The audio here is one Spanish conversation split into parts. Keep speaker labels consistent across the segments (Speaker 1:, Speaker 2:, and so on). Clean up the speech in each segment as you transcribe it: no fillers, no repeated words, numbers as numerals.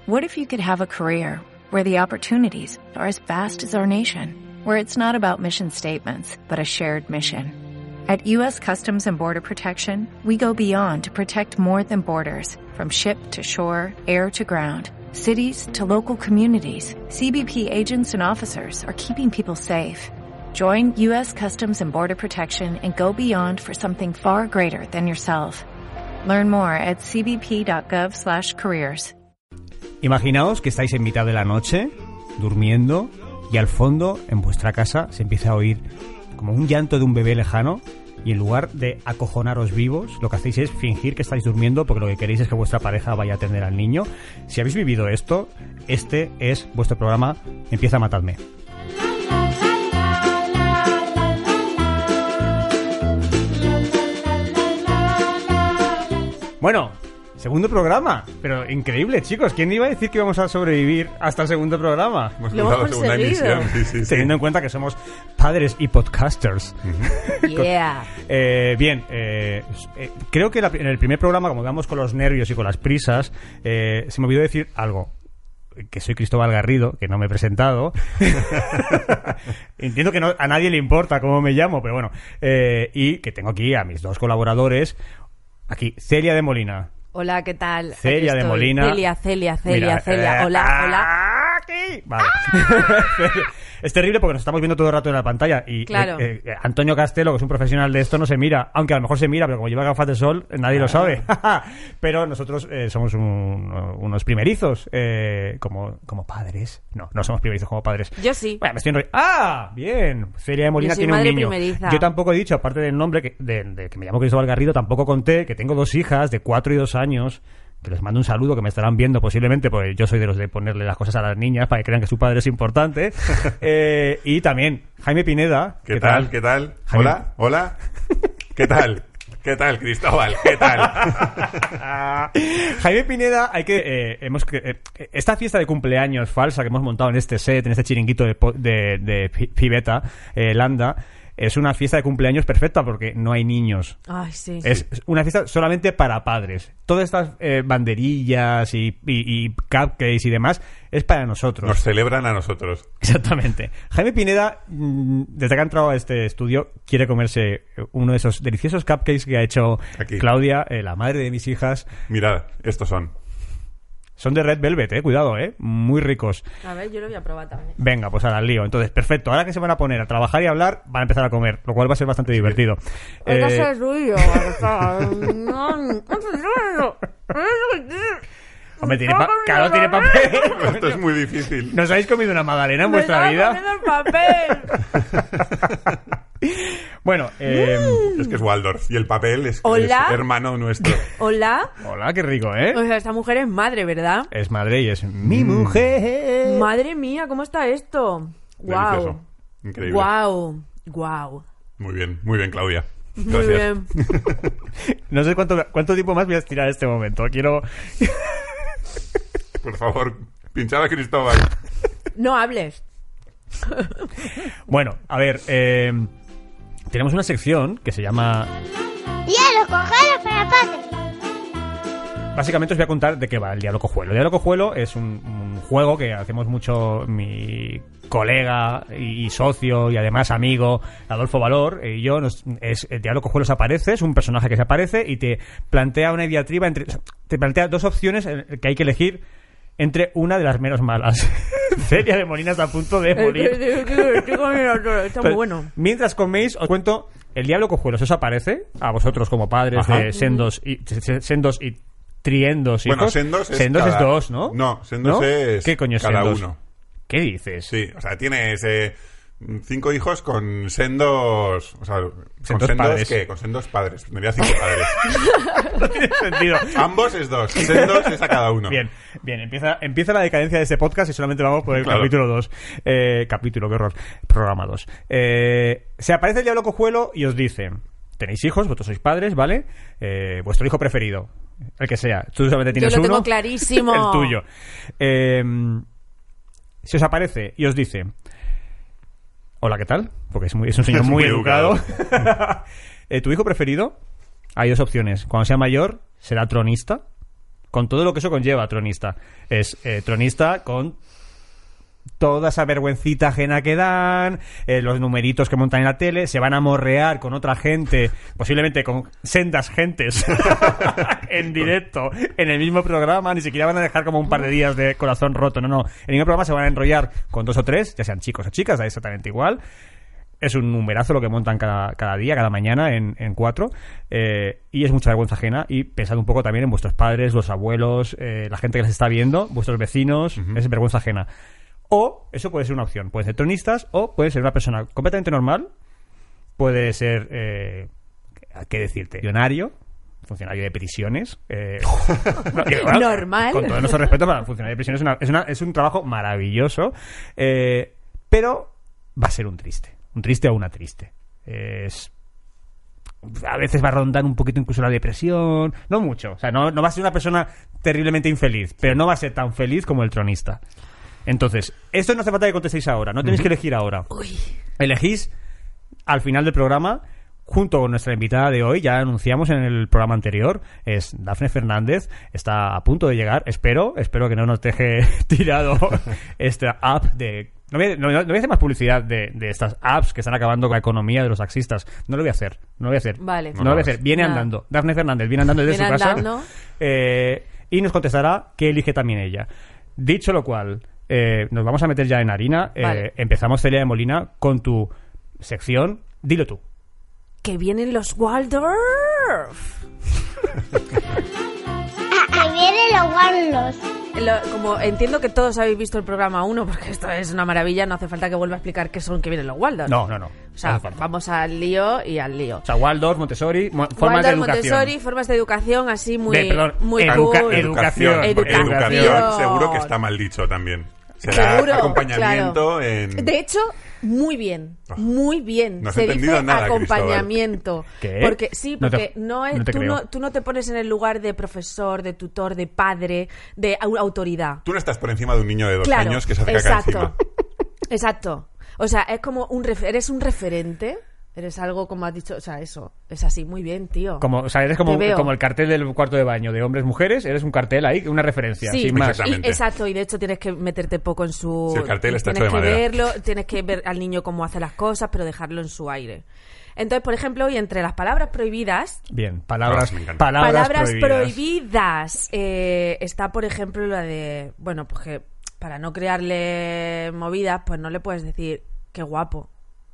Speaker 1: What if you could have a career where the opportunities are as vast as our nation, where it's not about mission statements, but a shared mission? At U.S. Customs and Border Protection, we go beyond to protect more than borders, from ship to shore, air to ground, cities to local communities. CBP agents and officers are keeping people safe. Join U.S. Customs and Border Protection and go beyond for something far greater than yourself. Learn more at cbp.gov/careers.
Speaker 2: Imaginaos que estáis en mitad de la noche, durmiendo, y al fondo, en vuestra casa, se empieza a oír como un llanto de un bebé lejano, y en lugar de acojonaros vivos, lo que hacéis es fingir que estáis durmiendo porque lo que queréis es que vuestra pareja vaya a atender al niño. Si habéis vivido esto, este es vuestro programa Empieza a Matadme. Bueno, segundo programa, pero increíble, chicos. ¿Quién iba a decir que íbamos a sobrevivir hasta el segundo programa?
Speaker 3: Hemos empezado la segunda emisión. Sí.
Speaker 2: Teniendo en cuenta que somos padres y podcasters.
Speaker 4: Yeah.
Speaker 2: Creo que en el primer programa, como vamos con los nervios y con las prisas, se me olvidó decir algo. Que soy Cristóbal Garrido, que no me he presentado. Entiendo que a nadie le importa cómo me llamo, pero bueno. Y que tengo aquí a mis dos colaboradores. Aquí, Celia de Molina.
Speaker 4: Hola, ¿qué tal?
Speaker 2: Celia de Molina.
Speaker 4: Celia.
Speaker 2: Mira,
Speaker 4: Hola.
Speaker 2: Aquí. Vale. Es terrible porque nos estamos viendo todo el rato en la pantalla y
Speaker 4: claro.
Speaker 2: Antonio Castelo, que es un profesional de esto, no se mira, aunque a lo mejor se mira, pero como lleva gafas de sol, nadie lo sabe. Pero nosotros somos unos primerizos como padres. No somos primerizos como padres.
Speaker 4: Yo sí.
Speaker 2: Bueno, me estoy enrollando. Bien. Celia de Molina tiene un niño.
Speaker 4: Primeriza.
Speaker 2: Yo tampoco he dicho, aparte del nombre de que me llamo Cristóbal Garrido, tampoco conté que tengo dos hijas de 4 y 2 años. Que les mando un saludo, que me estarán viendo posiblemente, porque yo soy de los de ponerle las cosas a las niñas para que crean que su padre es importante. Y también Jaime Pineda.
Speaker 3: ¿Qué tal?
Speaker 2: Jaime...
Speaker 3: Hola. ¿Qué tal, Cristóbal? ¿Qué tal?
Speaker 2: Jaime Pineda, esta fiesta de cumpleaños falsa que hemos montado en este set, en este chiringuito de Pibeta, Landa, es una fiesta de cumpleaños perfecta porque no hay niños.
Speaker 4: Ay, sí.
Speaker 2: Es una fiesta solamente para padres. Todas estas banderillas y cupcakes y demás es para nosotros.
Speaker 3: Nos celebran a nosotros.
Speaker 2: Exactamente. Jaime Pineda, desde que ha entrado a este estudio, quiere comerse uno de esos deliciosos cupcakes que ha hecho
Speaker 3: aquí
Speaker 2: Claudia, la madre de mis hijas.
Speaker 3: Mirad, estos son.
Speaker 2: Son de Red Velvet, cuidado, muy ricos.
Speaker 4: A ver, yo lo voy a probar también.
Speaker 2: Venga, pues ahora al lío. Entonces, perfecto. Ahora que se van a poner a trabajar y a hablar, van a empezar a comer, lo cual va a ser bastante divertido. Hombre, tiene papel.
Speaker 3: Esto es muy difícil.
Speaker 2: ¿Nos habéis comido una magdalena en vuestra vida?
Speaker 4: Papel.
Speaker 2: Bueno,
Speaker 3: es que es Waldorf y el papel es hermano nuestro.
Speaker 4: Hola,
Speaker 2: qué rico,
Speaker 4: O sea, esta mujer es madre, ¿verdad?
Speaker 2: Es madre y es mi mujer.
Speaker 4: Madre mía, ¿cómo está esto?
Speaker 3: Delicioso.
Speaker 4: Wow.
Speaker 3: Increíble.
Speaker 4: Wow.
Speaker 3: Muy bien, Claudia.
Speaker 4: Muy bien.
Speaker 2: No sé cuánto tiempo más voy a estirar este momento. Quiero...
Speaker 3: Por favor, pinchad a Cristóbal.
Speaker 4: No hables.
Speaker 2: Bueno, a ver, tenemos una sección que se llama...
Speaker 5: ¡Diablo Cojuelo para padre!
Speaker 2: Básicamente os voy a contar de qué va el Diablo Cojuelo. El Diablo Cojuelo es un juego que hacemos mucho mi colega y socio y además amigo Adolfo Valor y yo. El Diablo Cojuelo se aparece, es un personaje que se aparece y te plantea una diatriba te plantea dos opciones que hay que elegir entre una de las menos malas. Celia de Molina está a punto de morir.
Speaker 4: Está muy bueno.
Speaker 2: Mientras coméis, os cuento, el Diablo Cojuelo se os aparece a vosotros como padres de sendos y triendos hijos.
Speaker 3: Bueno, sendos
Speaker 2: es dos, ¿no?
Speaker 3: No, sendos es
Speaker 2: ¿qué coño es
Speaker 3: cada
Speaker 2: sendos?
Speaker 3: uno.
Speaker 2: ¿Qué dices?
Speaker 3: Sí, o sea, tienes 5 hijos con sendos... O sea,
Speaker 2: sendos padres.
Speaker 3: ¿Qué? Con sendos padres. Tendría 5 padres.
Speaker 2: No tiene sentido.
Speaker 3: Ambos es 2. Sendos es a cada uno.
Speaker 2: Bien. Empieza la decadencia de este podcast y solamente vamos por el capítulo 2. Capítulo, qué horror. Programa 2. Se aparece el Diablo Cojuelo y os dice... Tenéis hijos, vosotros sois padres, ¿vale? Vuestro hijo preferido, el que sea. Tú solamente tienes uno.
Speaker 4: Yo lo tengo clarísimo.
Speaker 2: El tuyo. Se os aparece y os dice... Hola, ¿qué tal? Porque es un señor muy educado. ¿Tu hijo preferido? Hay dos opciones. Cuando sea mayor, será tronista. con todo lo que eso conlleva, tronista. Es tronista con toda esa vergüencita ajena que dan, los numeritos que montan en la tele, se van a morrear con otra gente, posiblemente con sendas gentes en directo, en el mismo programa, ni siquiera van a dejar como un par de días de corazón roto, no, en el mismo programa se van a enrollar con 2 o 3, ya sean chicos o chicas, da exactamente igual. Es un numerazo lo que montan cada día, cada mañana en 4, y es mucha vergüenza ajena. Y pensad un poco también en vuestros padres, los abuelos, la gente que les está viendo, vuestros vecinos, es vergüenza ajena. O, eso puede ser una opción, pueden ser tronistas o puede ser una persona completamente normal, puede ser, ¿qué decirte? Funcionario de prisiones.
Speaker 4: Normal.
Speaker 2: Con todo nuestro respeto para funcionario de prisiones, es un trabajo maravilloso, pero va a ser un triste o una triste. A veces va a rondar un poquito incluso la depresión, no mucho, o sea, no va a ser una persona terriblemente infeliz, pero no va a ser tan feliz como el tronista. Entonces, esto no hace falta que contestéis ahora, no tenéis que elegir ahora. Elegís al final del programa, junto con nuestra invitada de hoy, ya anunciamos en el programa anterior, es Dafne Fernández, está a punto de llegar, espero que no nos deje tirado esta app de... No voy a hacer más publicidad de estas apps que están acabando con la economía de los taxistas. No lo voy a hacer.
Speaker 4: Vale.
Speaker 2: No lo voy a hacer. Viene andando. Dafne Fernández viene andando desde su casa. Y nos contestará qué elige también ella. Dicho lo cual, nos vamos a meter ya en harina.
Speaker 4: Vale.
Speaker 2: Empezamos, Celia de Molina, con tu sección. Dilo tú.
Speaker 4: Que vienen los Waldorf.
Speaker 5: Que vienen los Warlos.
Speaker 4: Como entiendo que todos habéis visto el programa 1, porque esto es una maravilla, no hace falta que vuelva a explicar qué son que vienen los Waldorf.
Speaker 2: No.
Speaker 4: O sea, vamos al lío y al lío.
Speaker 2: O sea, Waldorf, Montessori, formas
Speaker 4: Waldorf,
Speaker 2: de educación.
Speaker 4: Montessori, formas de educación así muy
Speaker 2: Educación.
Speaker 3: Seguro que está mal dicho también. Será
Speaker 4: Seguro,
Speaker 3: acompañamiento
Speaker 4: claro.
Speaker 3: en...
Speaker 4: De hecho, muy bien.
Speaker 3: No has
Speaker 4: se
Speaker 3: entendido
Speaker 4: dice
Speaker 3: nada,
Speaker 4: acompañamiento.
Speaker 2: ¿Qué?
Speaker 4: Porque
Speaker 2: No te creo.
Speaker 4: tú no te pones en el lugar de profesor, de tutor, de padre, de autoridad.
Speaker 3: Tú no estás por encima de un niño de 2
Speaker 4: Claro,
Speaker 3: años que se hace caca encima.
Speaker 4: Exacto. O sea, es como eres un referente. Eres algo, como has dicho, o sea, eso, es así, muy bien, tío.
Speaker 2: O sea, eres como
Speaker 4: Te veo.
Speaker 2: el cartel del cuarto de baño de hombres-mujeres, eres un cartel ahí, una referencia,
Speaker 4: Sí,
Speaker 2: sin más.
Speaker 3: Exactamente.
Speaker 4: Exacto, y de hecho tienes que meterte poco en su...
Speaker 3: Sí, el cartel está
Speaker 4: tienes
Speaker 3: hecho de
Speaker 4: que
Speaker 3: madera.
Speaker 4: verlo, tienes que ver al niño cómo hace las cosas, pero dejarlo en su aire. Entonces, por ejemplo, y entre las palabras prohibidas...
Speaker 2: Bien, palabras
Speaker 3: Me encanta.
Speaker 2: prohibidas.
Speaker 4: Está, por ejemplo, la de... Bueno, pues que para no crearle movidas, pues no le puedes decir qué guapo.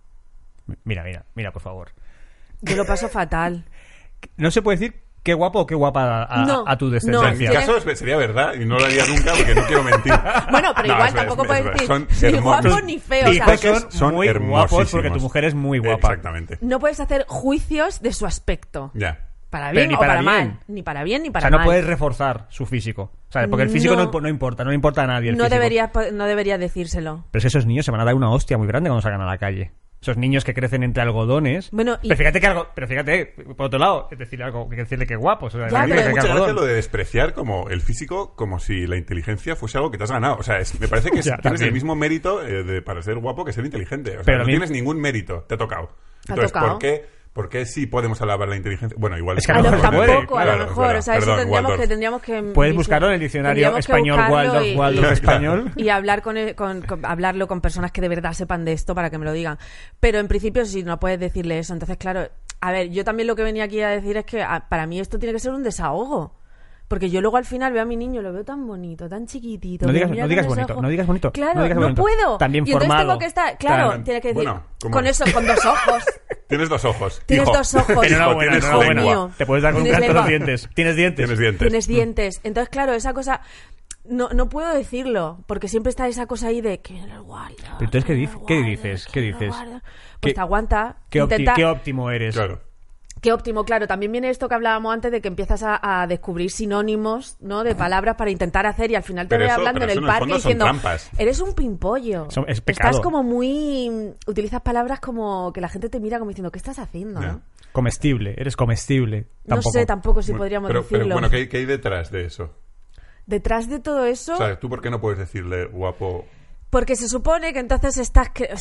Speaker 2: Mira, por favor.
Speaker 4: Yo lo paso fatal.
Speaker 2: No se puede decir qué guapo o qué guapa a tu
Speaker 3: En mi
Speaker 2: descendencia.
Speaker 3: caso sería verdad y no lo haría nunca porque no quiero mentir.
Speaker 4: Bueno, pero
Speaker 3: No,
Speaker 4: igual
Speaker 3: es
Speaker 4: tampoco
Speaker 3: verdad,
Speaker 4: puedes
Speaker 3: son
Speaker 4: decir ni
Speaker 3: hermosos.
Speaker 4: guapo ni feo. O sea,
Speaker 2: Hijos que
Speaker 3: son
Speaker 2: son muy guapos porque
Speaker 3: hermosísimos.
Speaker 2: tu mujer es muy guapa.
Speaker 3: Exactamente.
Speaker 4: no puedes hacer juicios de su aspecto.
Speaker 3: Ya.
Speaker 4: Para
Speaker 2: Pero
Speaker 4: bien
Speaker 2: ni
Speaker 4: o
Speaker 2: para
Speaker 4: para
Speaker 2: bien.
Speaker 4: mal. Ni para bien ni
Speaker 2: O
Speaker 4: para
Speaker 2: sea,
Speaker 4: mal.
Speaker 2: no puedes reforzar su físico. O sea, porque el físico
Speaker 4: No.
Speaker 2: no importa, no le importa a nadie el
Speaker 4: No
Speaker 2: físico.
Speaker 4: deberías decírselo.
Speaker 2: Pero es que esos niños se van a dar una hostia muy grande cuando salgan a la calle. Esos niños que crecen entre algodones.
Speaker 4: Bueno, y-
Speaker 2: pero fíjate, por otro lado, es decir algo, que decirle que guapos. O sea,
Speaker 4: Ya,
Speaker 2: que
Speaker 3: Me hace
Speaker 4: pero-
Speaker 3: mucha
Speaker 2: algodón.
Speaker 3: gracia lo de despreciar como el físico como si la inteligencia fuese algo que te has ganado. O sea, me parece que
Speaker 2: Ya,
Speaker 3: tienes
Speaker 2: también.
Speaker 3: el mismo mérito para ser guapo que ser inteligente. O sea,
Speaker 2: Pero
Speaker 3: no
Speaker 2: a mí-
Speaker 3: tienes ningún mérito, te ha tocado.
Speaker 4: ¿Te ha
Speaker 3: Entonces,
Speaker 4: tocado?
Speaker 3: ¿por qué sí podemos alabar la inteligencia? Bueno, igual
Speaker 2: Es que
Speaker 3: no
Speaker 2: a lo mejor
Speaker 3: puede.
Speaker 4: Tampoco, a lo
Speaker 3: Claro,
Speaker 4: mejor.
Speaker 3: claro.
Speaker 4: O sea, eso
Speaker 3: Perdón, Waldorf.
Speaker 4: tendríamos que
Speaker 2: Puedes buscarlo en el diccionario
Speaker 4: tendríamos que
Speaker 2: español,
Speaker 4: buscarlo
Speaker 2: Waldorf español.
Speaker 4: y hablar hablarlo con personas que de verdad sepan de esto para que me lo digan. Pero en principio sí, no puedes decirle eso. Entonces, claro, a ver, yo también lo que venía aquí a decir es que para mí esto tiene que ser un desahogo. Porque yo luego al final veo a mi niño, lo veo tan bonito, tan chiquitito.
Speaker 2: No
Speaker 4: me
Speaker 2: digas-
Speaker 4: mira
Speaker 2: no digas
Speaker 4: con esos
Speaker 2: bonito,
Speaker 4: ojos.
Speaker 2: no digas bonito,
Speaker 4: Claro,
Speaker 2: no digas
Speaker 4: no
Speaker 2: bonito.
Speaker 4: puedo.
Speaker 2: También
Speaker 4: y entonces
Speaker 2: formado.
Speaker 4: tengo que estar, claro,
Speaker 2: Tan-
Speaker 4: tienes que decir,
Speaker 3: Bueno, ¿cómo?
Speaker 4: con eso, con 2 ojos.
Speaker 3: Tienes 2 ojos.
Speaker 4: Tienes
Speaker 3: Hijo.
Speaker 4: 2 ojos.
Speaker 2: Enhorabuena,
Speaker 3: Tienes
Speaker 2: enhorabuena.
Speaker 3: lengua.
Speaker 2: Te puedes dar con un
Speaker 4: Tienes
Speaker 2: canto los
Speaker 4: lengua.
Speaker 2: dientes. Tienes dientes.
Speaker 3: Tienes dientes.
Speaker 4: Tienes dientes. Entonces, claro, esa cosa... No puedo decirlo, porque siempre está esa cosa ahí de que viene el Waldorf.
Speaker 2: Pero entonces, ¿qué dices?
Speaker 3: ¿Qué
Speaker 4: Pues
Speaker 2: ¿Qué-
Speaker 4: te aguanta.
Speaker 2: Qué
Speaker 4: intenta...
Speaker 2: óptimo eres.
Speaker 3: Claro.
Speaker 4: Qué óptimo, claro. También viene esto que hablábamos antes de que empiezas a descubrir sinónimos, ¿no? De palabras para intentar hacer y al final te
Speaker 3: Pero
Speaker 4: voy
Speaker 3: eso-
Speaker 4: hablando en
Speaker 3: pero
Speaker 4: el
Speaker 3: eso en el
Speaker 4: parque
Speaker 3: fondo son
Speaker 4: diciendo,
Speaker 3: trampas.
Speaker 4: eres un pimpollo.
Speaker 2: Es pecado.
Speaker 4: Estás como muy... Utilizas palabras como que la gente te mira como diciendo, ¿qué estás haciendo?
Speaker 3: Ya.
Speaker 4: ¿no?
Speaker 2: Comestible, eres comestible.
Speaker 4: No sé tampoco si
Speaker 3: Bueno,
Speaker 4: podríamos
Speaker 3: pero
Speaker 4: decirlo.
Speaker 3: bueno, ¿qué hay detrás de eso?
Speaker 4: Detrás de todo eso...
Speaker 3: O sea, ¿tú por qué no puedes decirle guapo?
Speaker 4: Porque se supone que entonces estás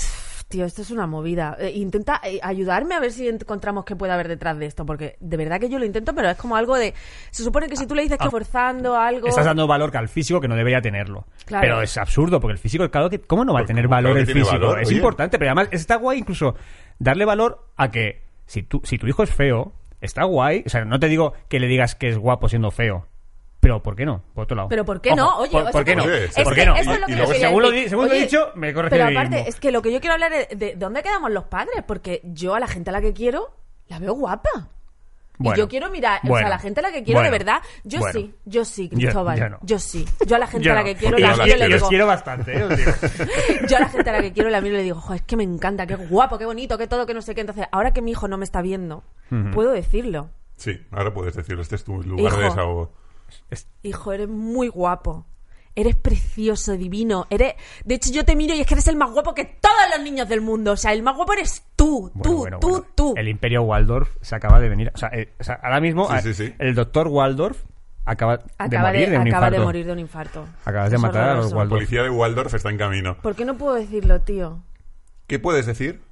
Speaker 4: Tío, esto es una movida. Intenta ayudarme a ver si encontramos qué puede haber detrás de esto, porque de verdad que yo lo intento, pero es como algo de... Se supone que si tú le dices que forzando algo...
Speaker 2: Estás dando valor que al físico que no debería tenerlo.
Speaker 4: Claro.
Speaker 2: Pero es absurdo, porque el físico, claro que... ¿Cómo no va a tener valor el
Speaker 3: tiene
Speaker 2: físico?
Speaker 3: valor,
Speaker 2: Es
Speaker 3: oye.
Speaker 2: importante, pero además está guay incluso darle valor a que si tu hijo es feo, está guay. O sea, no te digo que le digas que es guapo siendo feo. Pero ¿por qué no? Por otro lado.
Speaker 4: Pero ¿por qué
Speaker 2: Ojo,
Speaker 4: no? Oye,
Speaker 2: ¿por qué no?
Speaker 3: Oye,
Speaker 4: es
Speaker 2: ¿Por
Speaker 4: que
Speaker 2: qué no?
Speaker 4: eso es lo que
Speaker 3: Y
Speaker 4: yo
Speaker 3: luego,
Speaker 4: quería
Speaker 2: según lo
Speaker 4: decir.
Speaker 2: según lo he
Speaker 4: Oye,
Speaker 2: dicho, me corrige
Speaker 4: pero
Speaker 2: el
Speaker 4: aparte,
Speaker 2: mismo.
Speaker 4: es que lo que yo quiero hablar es de dónde quedamos los padres, porque yo a la gente a la que quiero la veo guapa.
Speaker 2: Bueno,
Speaker 4: y yo quiero mirar, o
Speaker 2: bueno,
Speaker 4: sea, a la gente a la que quiero
Speaker 2: bueno,
Speaker 4: de verdad, yo
Speaker 2: bueno.
Speaker 4: sí, Cristóbal,
Speaker 2: yo no.
Speaker 4: yo sí. Yo a la gente
Speaker 2: Yo
Speaker 4: a la
Speaker 2: no.
Speaker 4: que quiero
Speaker 3: Yo
Speaker 4: la
Speaker 3: a la
Speaker 4: miro y le
Speaker 3: quiero.
Speaker 4: digo,
Speaker 2: Os quiero bastante, os digo.
Speaker 4: yo a la gente a la que quiero la miro y le digo, joder, es que me encanta, qué guapo, qué bonito, qué todo, qué no sé qué. Entonces, ahora que mi hijo no me está viendo, puedo decirlo.
Speaker 3: Sí, ahora puedes decirlo. Este es tu lugar de
Speaker 4: Hijo.
Speaker 3: desahogo.
Speaker 4: Hijo, eres muy guapo. Eres precioso, divino. De hecho, yo te miro y es que eres el más guapo que todos los niños del mundo. O sea, el más guapo eres tú.
Speaker 2: Bueno.
Speaker 4: Tú.
Speaker 2: El Imperio Waldorf se acaba de venir. O sea, ahora mismo
Speaker 3: Sí.
Speaker 2: el doctor Waldorf acaba de
Speaker 4: Acaba
Speaker 2: morir de un
Speaker 4: acaba de
Speaker 2: infarto.
Speaker 4: morir de un infarto.
Speaker 2: Acabas de
Speaker 4: Es
Speaker 2: matar a los
Speaker 4: horroroso.
Speaker 3: La
Speaker 2: Waldorf.
Speaker 3: policía de Waldorf está en camino.
Speaker 4: ¿Por qué no puedo decirlo, tío?
Speaker 3: ¿Qué puedes decir?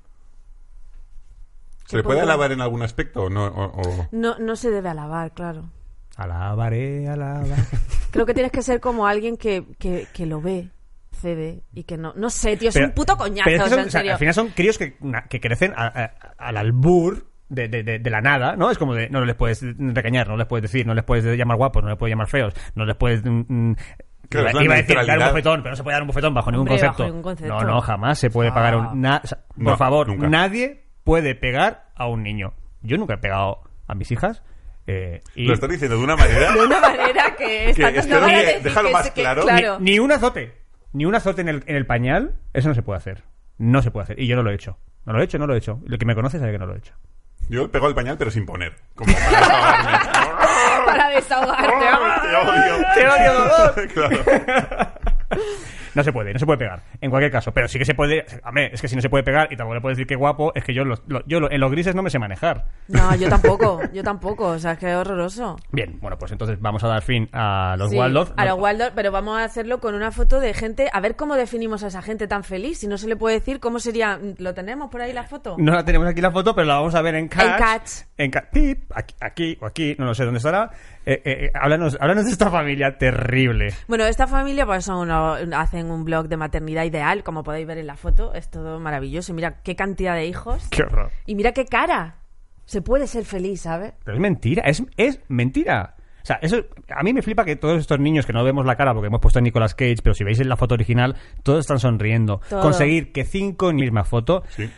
Speaker 3: ¿Se le puede alabar en algún aspecto o no?
Speaker 4: No se debe alabar, claro.
Speaker 2: Alabaré.
Speaker 4: Creo que tienes que ser como alguien que lo ve, cede y que no... No sé, tío, es
Speaker 2: Pero-
Speaker 4: un puto coñazo,
Speaker 2: pero es que
Speaker 4: o sea,
Speaker 2: son-
Speaker 4: en serio.
Speaker 2: al final son críos que crecen al albur de la nada, ¿no? Es como de no les puedes regañar, no les puedes decir, no les puedes llamar guapos, no les puedes llamar feos, no les puedes...
Speaker 3: Claro, es la
Speaker 2: iba a decir dar un
Speaker 3: neutralidad.
Speaker 2: bofetón, pero no se puede dar un bofetón bajo ningún
Speaker 4: Hombre, bajo
Speaker 2: concepto.
Speaker 4: ningún concepto.
Speaker 2: No, jamás se puede pagar un... por
Speaker 3: No,
Speaker 2: favor,
Speaker 3: nunca.
Speaker 2: nadie puede pegar a un niño. Yo nunca he pegado a mis hijas. Y
Speaker 3: Lo estás diciendo de una manera...
Speaker 4: De una manera que está
Speaker 3: espero que- déjalo más claro.
Speaker 4: claro.
Speaker 2: Ni un azote. Ni un azote en el pañal. Eso no se puede hacer. No se puede hacer. Y yo no lo he hecho. No lo he hecho. El que me conoce sabe que no lo he hecho.
Speaker 3: Yo pego el pañal, pero sin poner. Como para desahogarme.
Speaker 4: Para desahogarte.
Speaker 3: Te odio.
Speaker 2: ¡Te odio, dolor!
Speaker 3: Claro.
Speaker 2: No se puede pegar. En cualquier caso. Pero sí que se puede... Hombre, es que si no se puede pegar y tampoco le puedes decir que guapo, es que yo en los grises no me sé manejar.
Speaker 4: No, yo tampoco. O sea, es que es horroroso.
Speaker 2: Bien, bueno, pues entonces vamos a dar fin a los
Speaker 4: Sí,
Speaker 2: Waldorf.
Speaker 4: a los Waldorf, pero vamos a hacerlo con una foto de gente. A ver cómo definimos a esa gente tan feliz. Si no se le puede decir cómo sería. ¿Lo tenemos por ahí la foto?
Speaker 2: No la tenemos aquí la foto, pero la vamos a ver en Catch.
Speaker 4: En
Speaker 2: Pip, aquí o aquí, no sé dónde estará. Háblanos de esta familia terrible.
Speaker 4: Bueno, esta familia pues hacen un blog de maternidad ideal, como podéis ver en la foto. Es todo maravilloso. Y mira qué cantidad de hijos.
Speaker 2: Qué horror.
Speaker 4: Y mira qué cara. Se puede ser feliz, ¿sabes?
Speaker 2: Pero es mentira, es mentira. O sea, eso a mí me flipa que todos estos niños que no vemos la cara porque hemos puesto a Nicolas Cage, pero si veis en la foto original, todos están sonriendo.
Speaker 4: Todo.
Speaker 2: Conseguir que 5 en la misma foto
Speaker 3: Sí.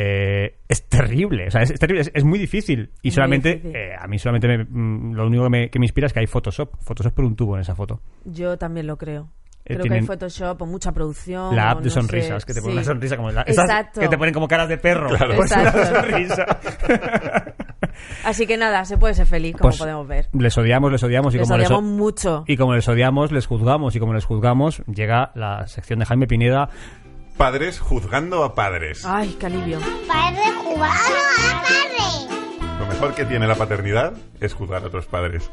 Speaker 2: es terrible. O sea, es terrible, es muy difícil. Y
Speaker 4: Muy
Speaker 2: solamente,
Speaker 4: difícil.
Speaker 2: a mí solamente lo único que me inspira es que hay Photoshop por un tubo en esa foto.
Speaker 4: Yo también lo creo. Creo que
Speaker 2: tienen
Speaker 4: hay Photoshop o mucha producción.
Speaker 2: La app
Speaker 4: o
Speaker 2: de
Speaker 4: no
Speaker 2: sonrisas,
Speaker 4: sé.
Speaker 2: que te ponen
Speaker 4: Sí.
Speaker 2: una sonrisa como
Speaker 4: Exacto.
Speaker 2: que te ponen como caras de perro.
Speaker 3: Claro.
Speaker 2: Pues una
Speaker 4: Exacto.
Speaker 2: sonrisa.
Speaker 4: Así que nada, se puede ser feliz, como
Speaker 2: Pues
Speaker 4: podemos ver.
Speaker 2: Les odiamos y
Speaker 4: Les
Speaker 2: como
Speaker 4: odiamos mucho.
Speaker 2: y como les odiamos, les juzgamos y como les juzgamos, llega la sección de Jaime Pineda.
Speaker 3: Padres juzgando a padres.
Speaker 4: Ay, qué alivio.
Speaker 5: Padre jugando a padre.
Speaker 3: Lo mejor que tiene la paternidad es juzgar a otros padres.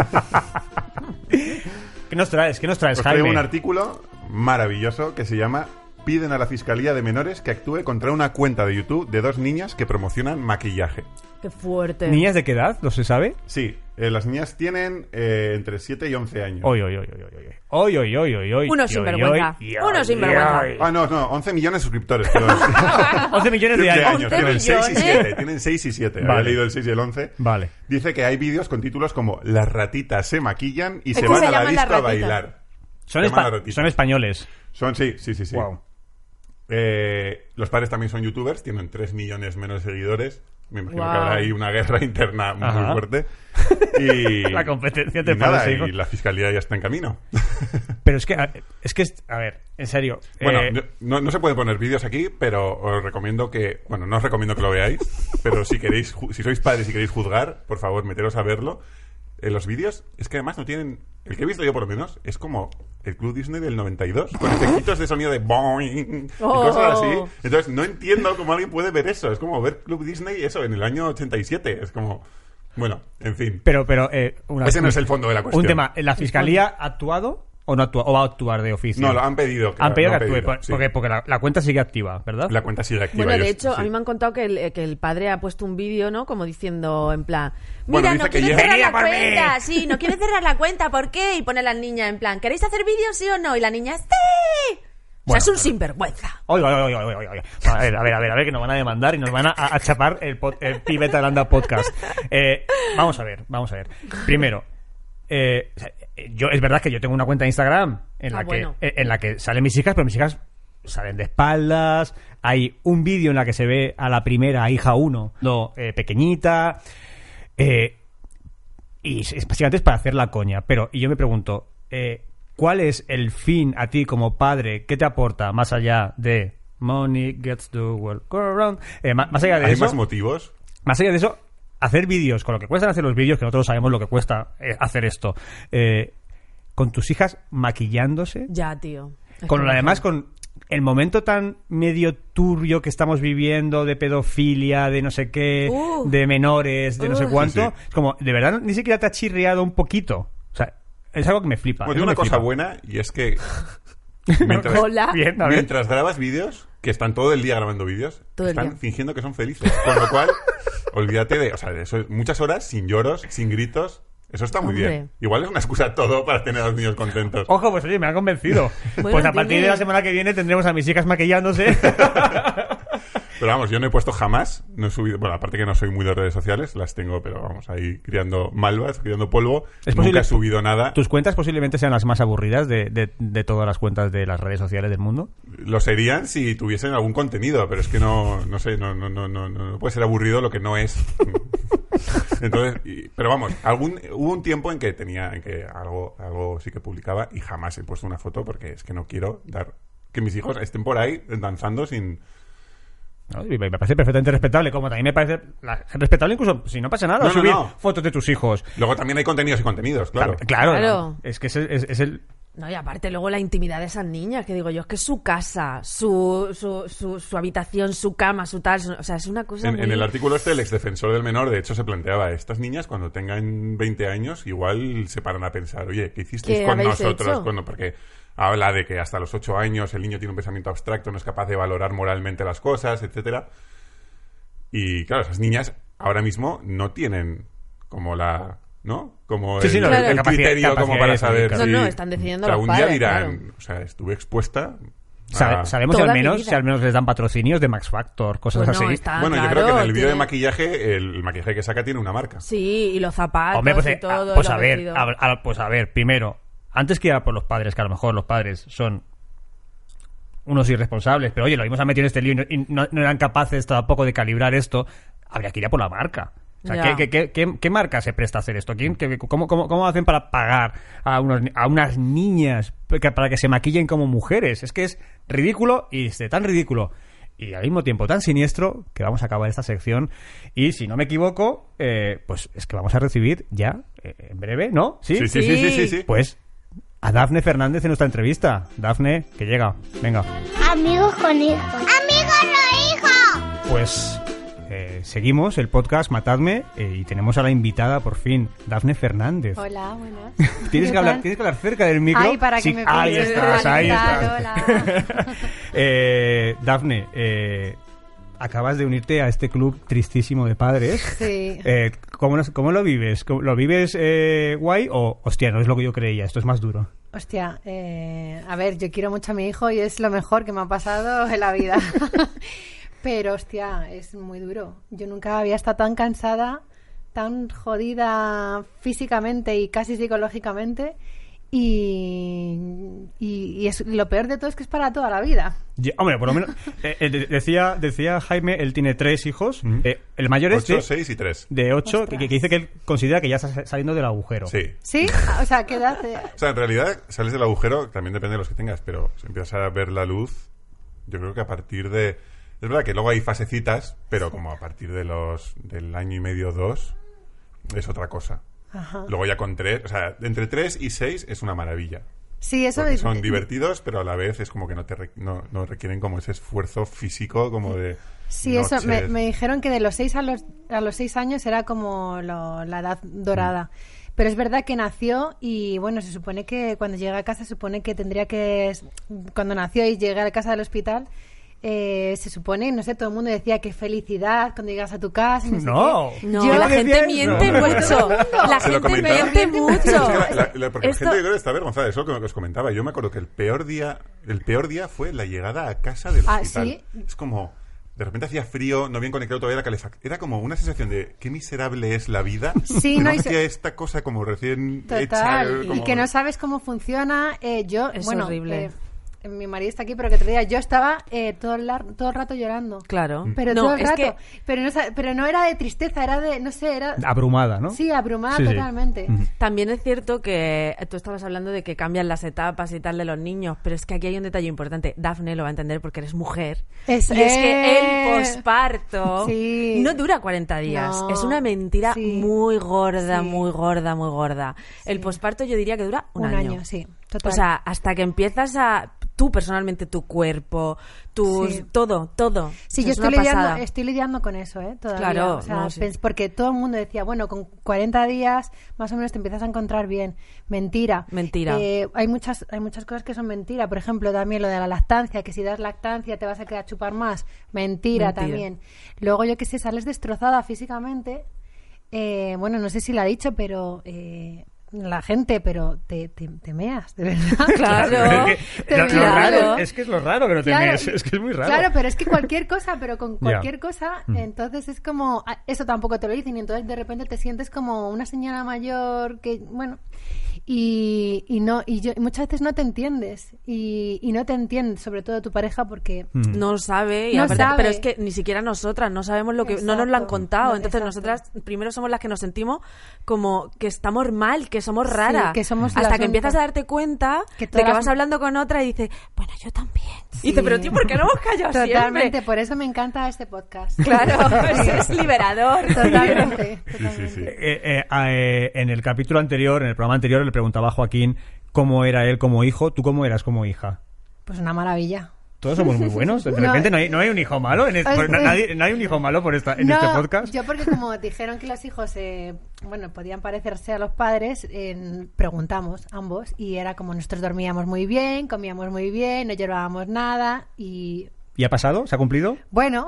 Speaker 2: ¿Qué nos traes? ¿Qué nos traes,
Speaker 3: Os traigo
Speaker 2: Jaime?
Speaker 3: un artículo maravilloso que se llama Piden a la Fiscalía de Menores que actúe contra una cuenta de YouTube de 2 niñas que promocionan maquillaje.
Speaker 4: Qué fuerte.
Speaker 2: ¿Niñas de qué edad? ¿No se sabe?
Speaker 3: Sí, las niñas tienen entre 7 y 11 años.
Speaker 2: Oy, oy, oy, oy, oy. Oy, oy, oy, oy, oy.
Speaker 4: Uno
Speaker 2: Oy,
Speaker 4: sinvergüenza.
Speaker 2: oy,
Speaker 4: Uno
Speaker 2: oy,
Speaker 4: sinvergüenza.
Speaker 2: oy.
Speaker 3: Ah, no, 11 millones de suscriptores. Pero
Speaker 2: 11 millones de años.
Speaker 4: 11
Speaker 3: Tienen 6 y
Speaker 4: millones.
Speaker 3: 7. Tienen 6 y 7.
Speaker 2: Vale.
Speaker 3: He leído el 6 y el 11.
Speaker 2: Vale.
Speaker 3: Dice que hay vídeos con títulos como Las ratitas se maquillan y
Speaker 4: Es
Speaker 3: se
Speaker 4: que
Speaker 3: van
Speaker 4: se
Speaker 3: a la
Speaker 4: llaman las
Speaker 3: disco a
Speaker 4: ratitas.
Speaker 3: bailar.
Speaker 2: Son,
Speaker 3: Se llaman las ratitas.
Speaker 2: son españoles.
Speaker 3: Son, sí.
Speaker 2: Wow.
Speaker 3: Los padres también son youtubers, tienen 3 millones menos de seguidores. Me imagino
Speaker 4: Wow.
Speaker 3: que habrá ahí una guerra interna muy
Speaker 2: Ajá.
Speaker 3: fuerte. Y
Speaker 2: La competencia entre
Speaker 3: y nada,
Speaker 2: padres e hijos.
Speaker 3: y la fiscalía ya está en camino.
Speaker 2: Pero es que, a ver, en serio.
Speaker 3: Bueno, no se pueden poner vídeos aquí, pero os recomiendo que... Bueno, no os recomiendo que lo veáis, pero si queréis, si sois padres y queréis juzgar, por favor, meteros a verlo. Los vídeos, es que además no tienen... El que he visto yo, por lo menos, es como el Club Disney del 92, con efectitos de sonido de boing y cosas así. Entonces, no entiendo cómo alguien puede ver eso. Es como ver Club Disney, eso, en el año 87. Es como... Bueno, en fin.
Speaker 2: Pero
Speaker 3: Ese no es el fondo de la cuestión.
Speaker 2: Un tema. ¿La fiscalía ha actuado? ¿O, no actúa, o va a actuar de oficio?
Speaker 3: No, lo han pedido.
Speaker 2: Han pedido que
Speaker 3: lo han
Speaker 2: actúe,
Speaker 3: sí.
Speaker 2: porque la cuenta sigue activa, ¿verdad?
Speaker 3: La cuenta sigue activa.
Speaker 4: Bueno, de
Speaker 3: ellos,
Speaker 4: hecho,
Speaker 3: sí.
Speaker 4: a mí me han contado que el padre ha puesto un vídeo, ¿no? Como diciendo, en plan,
Speaker 3: Bueno,
Speaker 4: mira,
Speaker 3: dice
Speaker 4: no
Speaker 3: que
Speaker 4: quiere
Speaker 3: ya-
Speaker 4: cerrar la
Speaker 2: ¡Venid por mí!
Speaker 4: cuenta. Sí, no quiere cerrar la cuenta. ¿Por qué? Y pone a las niñas, en plan, ¿queréis hacer vídeos, sí o no? Y la niña, ¡sí! O sea,
Speaker 2: Bueno,
Speaker 4: es un sinvergüenza.
Speaker 2: Oiga. A ver, que nos van a demandar y nos van a chapar el Pibe Talanda Podcast. Vamos a ver. Primero, yo es verdad que yo tengo una cuenta de Instagram en la que salen mis hijas, pero mis hijas salen de espaldas. Hay un vídeo en la que se ve a la primera hija 1 pequeñita. Y básicamente es para hacer la coña. Y yo me pregunto, ¿cuál es el fin a ti como padre? ¿Qué te aporta más allá de money gets the world go around? Más allá de
Speaker 3: ¿Hay
Speaker 2: eso,
Speaker 3: más motivos?
Speaker 2: más allá de eso, hacer vídeos, con lo que cuestan hacer los vídeos, que nosotros sabemos lo que cuesta hacer esto, con tus hijas maquillándose,
Speaker 4: Ya, tío. Es
Speaker 2: con
Speaker 4: que
Speaker 2: lo
Speaker 4: no
Speaker 2: además
Speaker 4: sé.
Speaker 2: con el momento tan medio turbio que estamos viviendo de pedofilia, de no sé qué, de menores, de no sé cuánto,
Speaker 3: Sí, sí.
Speaker 2: es como, de verdad, ni siquiera te ha chirriado un poquito. O sea, es algo que me flipa.
Speaker 3: Bueno,
Speaker 2: eso
Speaker 3: tiene una
Speaker 2: me
Speaker 3: cosa
Speaker 2: flipa.
Speaker 3: buena y es que mientras,
Speaker 4: Hola.
Speaker 2: Bien, a ver.
Speaker 3: mientras grabas vídeos, que están todo el día grabando vídeos,
Speaker 4: Todo el
Speaker 3: están
Speaker 4: día.
Speaker 3: fingiendo que son felices. Con lo cual, olvídate de... O sea, eso es muchas horas sin lloros, sin gritos. Eso está muy
Speaker 4: Hombre.
Speaker 3: bien. Igual es una excusa todo para tener a los niños contentos.
Speaker 2: Ojo, pues oye, me ha convencido.
Speaker 4: Bueno,
Speaker 2: Pues a partir
Speaker 4: tiene-
Speaker 2: de la semana que viene tendremos a mis hijas maquillándose.
Speaker 3: Pero vamos, yo no he puesto jamás, no he subido... Bueno, aparte que no soy muy de redes sociales, las tengo, pero vamos, ahí criando malvas, criando polvo.
Speaker 2: Es
Speaker 3: Nunca
Speaker 2: posible-
Speaker 3: he subido nada.
Speaker 2: ¿Tus cuentas posiblemente sean las más aburridas de todas las cuentas de las redes sociales del mundo?
Speaker 3: Lo serían si tuviesen algún contenido, pero es que no sé, no puede ser aburrido lo que no es. Entonces, pero vamos, hubo un tiempo en que algo sí que publicaba y jamás he puesto una foto porque es que no quiero que mis hijos estén por ahí danzando sin...
Speaker 2: ¿No? Y me parece perfectamente respetable, como también me parece respetable incluso si no pasa nada
Speaker 3: No,
Speaker 2: subir
Speaker 3: no.
Speaker 2: fotos de tus hijos.
Speaker 3: Luego también hay contenidos y contenidos, claro.
Speaker 2: Claro.
Speaker 4: Claro.
Speaker 2: Es que es el...
Speaker 4: No, y aparte luego la intimidad de esas niñas, que digo yo, es que es su casa, su habitación, su cama, su tal, o sea, es una cosa
Speaker 3: En
Speaker 4: muy...
Speaker 3: el artículo el exdefensor del menor, de hecho, se planteaba, estas niñas cuando tengan 20 años igual se paran a pensar, oye, ¿qué hicisteis
Speaker 4: ¿Qué
Speaker 3: con
Speaker 4: habéis
Speaker 3: nosotros?
Speaker 4: hecho?
Speaker 3: Porque habla de que hasta los 8 años el niño tiene un pensamiento abstracto, no es capaz de valorar moralmente las cosas, etcétera. Y claro, esas niñas ahora mismo no tienen como ¿no? Como
Speaker 2: Sí, sí, no,
Speaker 3: el
Speaker 2: capacidad-
Speaker 3: criterio como para
Speaker 2: capacidad,
Speaker 3: saber
Speaker 2: claro.
Speaker 3: si...
Speaker 4: No, están decidiendo
Speaker 3: o sea,
Speaker 4: los
Speaker 3: un
Speaker 4: padres,
Speaker 3: día dirán,
Speaker 4: claro.
Speaker 3: o sea, estuve expuesta
Speaker 2: Sabemos
Speaker 4: Toda mi vida.
Speaker 2: si al menos les dan patrocinios de Max Factor, cosas
Speaker 4: Bueno,
Speaker 2: así.
Speaker 4: está
Speaker 3: Bueno, yo
Speaker 4: claro,
Speaker 3: creo que en el vídeo de
Speaker 4: tiene-
Speaker 3: maquillaje, el maquillaje que saca tiene una marca.
Speaker 4: Sí, y los zapatos
Speaker 2: Hombre, pues,
Speaker 4: y todo.
Speaker 2: pues
Speaker 4: los
Speaker 2: a ver,
Speaker 4: vestidos.
Speaker 2: pues a ver, primero, antes que ir a por los padres, que a lo mejor los padres son unos irresponsables, pero oye, lo mismos han metido en este lío y no eran capaces tampoco de calibrar esto, habría que ir a por la marca. O sea,
Speaker 4: Ya.
Speaker 2: ¿qué marca se presta a hacer esto? ¿Cómo hacen para pagar a unas niñas para que se maquillen como mujeres? Es que es ridículo y es tan ridículo y al mismo tiempo tan siniestro que vamos a acabar esta sección y si no me equivoco, pues es que vamos a recibir ya en breve, ¿no?
Speaker 3: Sí, sí, sí, sí, sí, sí.
Speaker 2: Pues a Dafne Fernández en nuestra entrevista. Dafne, que llega. Venga.
Speaker 5: Amigos con hijos. ¡Amigos no hijos!
Speaker 2: Pues seguimos el podcast Matadme y tenemos a la invitada por fin, Dafne Fernández.
Speaker 6: Hola, buenas.
Speaker 2: Tienes que hablar cerca del micro.
Speaker 6: Ay, para que
Speaker 2: Sí,
Speaker 6: me
Speaker 2: ahí
Speaker 6: pilles.
Speaker 2: estás, ahí
Speaker 6: ¿Qué tal?
Speaker 2: estás.
Speaker 6: Hola.
Speaker 2: Dafne, acabas de unirte a este club tristísimo de padres.
Speaker 6: Sí.
Speaker 2: ¿Cómo lo vives? ¿Lo vives guay o, hostia, no es lo que yo creía, esto es más duro?
Speaker 6: Hostia, a ver, yo quiero mucho a mi hijo y es lo mejor que me ha pasado en la vida. Pero, hostia, es muy duro. Yo nunca había estado tan cansada, tan jodida físicamente y casi psicológicamente. Y es, lo peor de todo es que es para toda la vida.
Speaker 2: Hombre, por lo menos decía Jaime, él tiene 3 hijos. El mayor es
Speaker 3: 8, 6 y 3.
Speaker 2: de 8,
Speaker 6: Ostras.
Speaker 2: que dice que él considera que ya está saliendo del agujero.
Speaker 3: Sí.
Speaker 6: ¿Sí? O sea, ¿qué edad?
Speaker 3: O sea, en realidad sales del agujero, también depende de los que tengas, pero si empiezas a ver la luz, yo creo que a partir de... Es verdad que luego hay fasecitas, pero como a partir de del año y medio, 2, es otra cosa.
Speaker 6: Ajá.
Speaker 3: Luego ya con 3, o sea, entre 3 y 6 es una maravilla.
Speaker 6: Sí, eso
Speaker 3: Porque
Speaker 6: es...
Speaker 3: son divertidos, pero a la vez es como que no requieren como ese esfuerzo físico como de...
Speaker 6: Sí, eso,
Speaker 3: noches.
Speaker 6: me dijeron que de los 6 a los 6 años era como la edad dorada. Pero es verdad que nació y, bueno, se supone que cuando llega a casa, se supone que tendría que... Cuando nació y llegué a la casa del hospital, se supone, no sé, todo el mundo decía que felicidad cuando llegas a tu casa.
Speaker 2: No,
Speaker 4: No,
Speaker 6: Yo
Speaker 4: la gente
Speaker 2: decía
Speaker 4: miente
Speaker 2: eso.
Speaker 4: mucho. La
Speaker 3: ¿Se lo
Speaker 4: gente
Speaker 3: comentaron?
Speaker 4: miente mucho.
Speaker 3: Es que porque
Speaker 4: Esto-
Speaker 3: la gente yo creo que está avergonzada, eso es lo que os comentaba. Yo me acuerdo que el peor día fue la llegada a casa del
Speaker 6: Ah,
Speaker 3: hospital.
Speaker 6: ¿sí?
Speaker 3: Es como, de repente hacía frío, no habían conectado todavía la calefacción. Era como una sensación de qué miserable es la vida.
Speaker 6: Sí,
Speaker 3: que
Speaker 6: no,
Speaker 3: no
Speaker 6: y
Speaker 3: hacía esta cosa como recién hecha.
Speaker 6: Total,
Speaker 3: como-
Speaker 6: y que no sabes cómo funciona. Yo,
Speaker 4: Es
Speaker 6: bueno,
Speaker 4: horrible.
Speaker 6: mi marido está aquí, pero que te diga, yo estaba todo el rato llorando.
Speaker 4: Claro.
Speaker 6: Pero
Speaker 4: No,
Speaker 6: todo el
Speaker 4: es
Speaker 6: rato.
Speaker 4: que-
Speaker 6: Pero no era de tristeza, era de, no sé, era...
Speaker 2: Abrumada, ¿no?
Speaker 6: Sí, abrumada
Speaker 2: Sí, sí.
Speaker 6: totalmente.
Speaker 4: También es cierto que tú estabas hablando de que cambian las etapas y tal de los niños, pero es que aquí hay un detalle importante. Dafne lo va a entender porque eres mujer. Y es que el posparto
Speaker 6: Sí.
Speaker 4: no dura 40 días.
Speaker 6: No.
Speaker 4: Es una mentira
Speaker 6: Sí.
Speaker 4: muy gorda,
Speaker 6: Sí.
Speaker 4: muy gorda, muy gorda. El posparto yo diría que dura un año.
Speaker 6: Sí, total.
Speaker 4: O sea, hasta que empiezas a... Tú personalmente, tu cuerpo, tus...
Speaker 6: Sí.
Speaker 4: Todo.
Speaker 6: Sí,
Speaker 4: O sea,
Speaker 6: yo
Speaker 4: es una pasada.
Speaker 6: estoy lidiando con eso, todavía.
Speaker 4: Claro,
Speaker 6: O sea,
Speaker 4: no, sí.
Speaker 6: porque todo el mundo decía, bueno, con 40 días más o menos te empiezas a encontrar bien. Mentira.
Speaker 4: Mentira.
Speaker 6: Hay muchas cosas que son mentira. Por ejemplo, también lo de la lactancia, que si das lactancia te vas a quedar a chupar más. Mentira también. Luego, yo que sé, sales destrozada físicamente. Bueno, no sé si lo ha dicho, pero... la gente, pero te meas, de verdad.
Speaker 4: Claro.
Speaker 2: Es que,
Speaker 6: Te
Speaker 2: lo
Speaker 6: meas.
Speaker 2: raro, es que es lo raro que no te
Speaker 6: Claro,
Speaker 2: mees, es que es muy raro.
Speaker 6: Claro, pero es que cualquier cosa, pero con
Speaker 2: Ya.
Speaker 6: cualquier cosa, entonces es como, eso tampoco te lo dicen y entonces de repente te sientes como una señora mayor que, bueno, y muchas veces no te entiendes y no te entiende, sobre todo tu pareja, porque
Speaker 4: No sabe, y
Speaker 6: No
Speaker 4: aparte-
Speaker 6: sabe.
Speaker 4: pero es que ni siquiera nosotras no sabemos lo que, no nos lo han
Speaker 6: Exacto.
Speaker 4: contado.
Speaker 6: No,
Speaker 4: Entonces
Speaker 6: exacto.
Speaker 4: nosotras primero somos las que nos sentimos como que estamos mal, que somos raras.
Speaker 6: que somos
Speaker 4: hasta
Speaker 6: las
Speaker 4: que empiezas a
Speaker 6: únicas.
Speaker 4: darte cuenta
Speaker 6: Que
Speaker 4: de
Speaker 6: todas
Speaker 4: que
Speaker 6: las-
Speaker 4: vas hablando con otra y dices, bueno, yo también.
Speaker 6: Sí.
Speaker 4: Y dice, pero tío, ¿por qué no hemos callado
Speaker 6: totalmente,
Speaker 4: siempre?
Speaker 6: por eso me encanta este podcast.
Speaker 4: Claro, es liberador.
Speaker 6: Totalmente,
Speaker 3: Sí,
Speaker 6: totalmente.
Speaker 3: sí, sí.
Speaker 2: En el capítulo anterior, en el programa anterior, le preguntaba a Joaquín cómo era él como hijo. ¿Tú cómo eras como hija?
Speaker 6: Pues una maravilla.
Speaker 2: Todos somos muy buenos. De repente no hay un hijo malo. No hay un hijo malo en este podcast.
Speaker 6: Yo porque como dijeron que los hijos podían parecerse a los padres, preguntamos ambos y era como nosotros dormíamos muy bien, comíamos muy bien, no llorábamos nada y
Speaker 2: ¿Y ha pasado? ¿Se ha cumplido?
Speaker 6: bueno.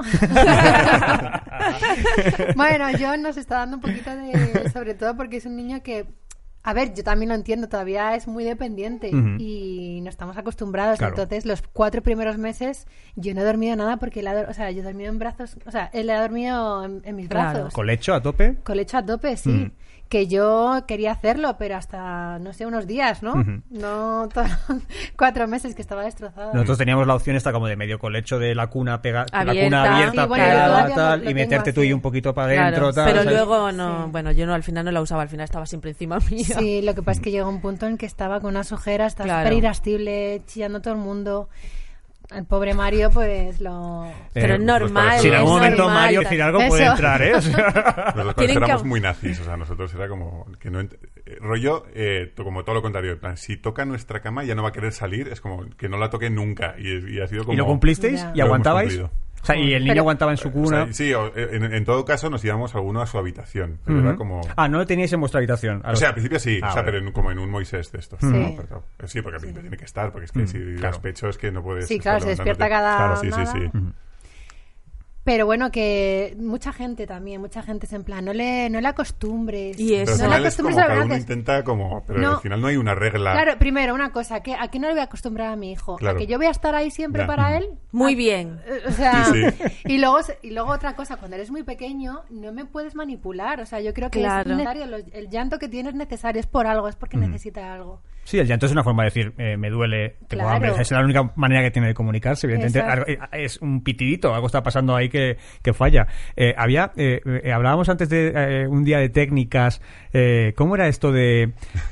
Speaker 6: Bueno, John nos está dando un poquito de... Sobre todo porque es un niño que... A ver, yo también lo entiendo, todavía es muy dependiente y no estamos acostumbrados.
Speaker 2: Claro.
Speaker 6: Entonces, los 4 primeros meses yo no he dormido nada porque yo he dormido en brazos... O sea, él ha dormido en mis
Speaker 4: Claro.
Speaker 6: brazos.
Speaker 2: ¿Colecho a tope?
Speaker 6: Colecho a tope, sí. Que yo quería hacerlo, pero hasta, no sé, unos días, ¿no? No todos 4 meses que estaba destrozada.
Speaker 2: Nosotros teníamos la opción esta como de medio colecho de la cuna
Speaker 4: Abierta.
Speaker 2: la cuna abierta,
Speaker 6: Sí, bueno, yo
Speaker 2: pegada,
Speaker 6: todavía
Speaker 2: tal,
Speaker 6: lo
Speaker 2: y
Speaker 6: tengo
Speaker 2: meterte tú
Speaker 6: así.
Speaker 2: y un poquito para
Speaker 4: Claro,
Speaker 2: adentro, tal.
Speaker 4: pero
Speaker 2: ¿sabes?
Speaker 4: luego no,
Speaker 6: Sí.
Speaker 4: bueno, yo no, al final no la usaba, al final estaba siempre encima mía.
Speaker 6: Sí, lo que pasa es que llegó un punto en que estaba con unas ojeras, estaba
Speaker 4: Claro.
Speaker 6: súper irascible, chillando todo el mundo. El pobre Mario, pues lo...
Speaker 4: Pero es normal.
Speaker 2: Si en algún
Speaker 4: es
Speaker 2: momento
Speaker 4: normal.
Speaker 2: Mario Fidalgo puede
Speaker 6: Eso.
Speaker 2: entrar, ¿eh? O sea,
Speaker 3: Nosotros
Speaker 4: Tienen
Speaker 3: éramos
Speaker 4: que-
Speaker 3: muy nazis, o sea, nosotros era como que no rollo, como todo lo contrario, en plan, si toca nuestra cama ya no va a querer salir, es como que no la toque nunca y ha sido como...
Speaker 2: ¿Y lo cumplisteis?
Speaker 6: Ya.
Speaker 2: ¿Y
Speaker 3: Lo hemos
Speaker 2: aguantabais?
Speaker 3: cumplido.
Speaker 2: O sea, y el niño
Speaker 6: Pero-
Speaker 2: aguantaba en su
Speaker 3: O
Speaker 2: cuna.
Speaker 3: sea, sí, en todo caso nos íbamos alguno a su habitación, pero era como...
Speaker 2: Ah, no lo teníais en vuestra habitación.
Speaker 3: O sea, al principio sí,
Speaker 2: Ah,
Speaker 3: o sea,
Speaker 2: vale.
Speaker 3: pero como en un Moisés de estos.
Speaker 6: Sí.
Speaker 3: ¿no? Pero, sí, porque al principio tiene que estar, porque es que si
Speaker 2: claro.
Speaker 3: das pecho es que no puedes...
Speaker 6: Sí, claro,
Speaker 3: estar
Speaker 6: se despierta
Speaker 3: levantándote.
Speaker 6: cada
Speaker 3: Claro, sí,
Speaker 6: nada.
Speaker 3: sí, sí.
Speaker 6: Pero bueno, que mucha gente es en plan, no le acostumbres.
Speaker 4: Y eso.
Speaker 3: Pero al
Speaker 6: No le
Speaker 3: final es
Speaker 6: acostumbres
Speaker 3: como
Speaker 6: a
Speaker 3: cada
Speaker 6: lo que
Speaker 3: uno
Speaker 6: haces.
Speaker 3: intenta como... Pero
Speaker 6: No.
Speaker 3: al final no hay una regla.
Speaker 6: Claro, primero, una cosa, que ¿a qué no le voy a acostumbrar a mi hijo?
Speaker 3: Claro.
Speaker 6: ¿A que yo voy a estar ahí siempre
Speaker 3: Ya.
Speaker 6: para él?
Speaker 4: Muy bien.
Speaker 6: O sea,
Speaker 3: Sí, sí.
Speaker 6: Y luego otra cosa, cuando eres muy pequeño no me puedes manipular, o sea, yo creo que
Speaker 4: Claro.
Speaker 6: es necesario, el llanto que tienes es necesario, es por algo, es porque necesita algo.
Speaker 2: Sí, el llanto es una forma de decir, me duele, tengo
Speaker 6: Claro.
Speaker 2: hambre. Es la única manera que tiene de comunicarse. Evidentemente,
Speaker 6: Exacto.
Speaker 2: es un pitidito, algo está pasando ahí que falla. Hablábamos antes de un día de técnicas. ¿Cómo era esto de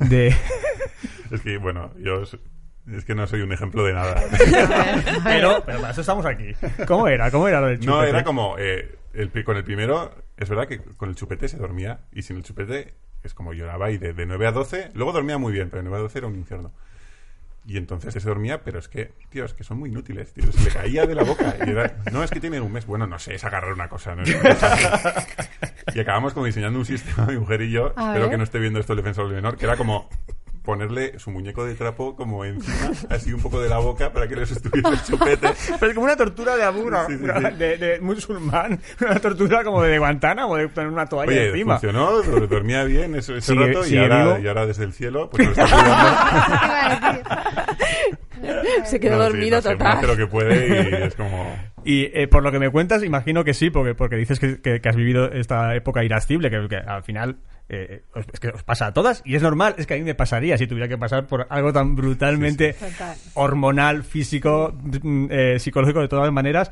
Speaker 3: Es que, bueno, es que no soy un ejemplo de nada.
Speaker 2: pero para eso estamos aquí. ¿Cómo era lo del chupete?
Speaker 3: No, era como... con el primero, es verdad que con el chupete se dormía y sin el chupete es como lloraba y de 9 a 12... Luego dormía muy bien, pero de 9 a 12 era un infierno. Y entonces se dormía, pero es que, tío, es que son muy inútiles, tío. Se le caía de la boca. Y era, no, es que tienen un mes. Bueno, no sé, es agarrar una cosa. ¿No? Y acabamos como diseñando un sistema, mi mujer y yo,
Speaker 6: A
Speaker 3: espero
Speaker 6: ver.
Speaker 3: que no esté viendo esto el defensor del menor, que era como ponerle su muñeco de trapo como encima, así un poco de la boca para que les estuviese el chupete.
Speaker 2: Pero es como una tortura de Amura,
Speaker 3: Sí, sí, sí.
Speaker 2: de musulmán, una tortura como de Guantánamo, de poner una toalla
Speaker 3: Oye,
Speaker 2: encima.
Speaker 3: funcionó, dormía bien ese
Speaker 2: Sigue-
Speaker 3: rato
Speaker 2: sigue
Speaker 3: y
Speaker 2: vivo.
Speaker 3: ahora desde el cielo pues nos está cuidando.
Speaker 6: ¿Qué iba a decir?
Speaker 4: Se quedó
Speaker 3: No, sí,
Speaker 4: dormido
Speaker 3: no sé,
Speaker 4: total.
Speaker 3: hace lo que puede y es como...
Speaker 2: Y por lo que me cuentas, imagino que sí, porque dices que has vivido esta época irascible, que al final es que os pasa a todas, y es normal, es que a mí me pasaría si tuviera que pasar por algo tan brutalmente
Speaker 6: Sí, sí. Total.
Speaker 2: hormonal, físico, psicológico, de todas maneras.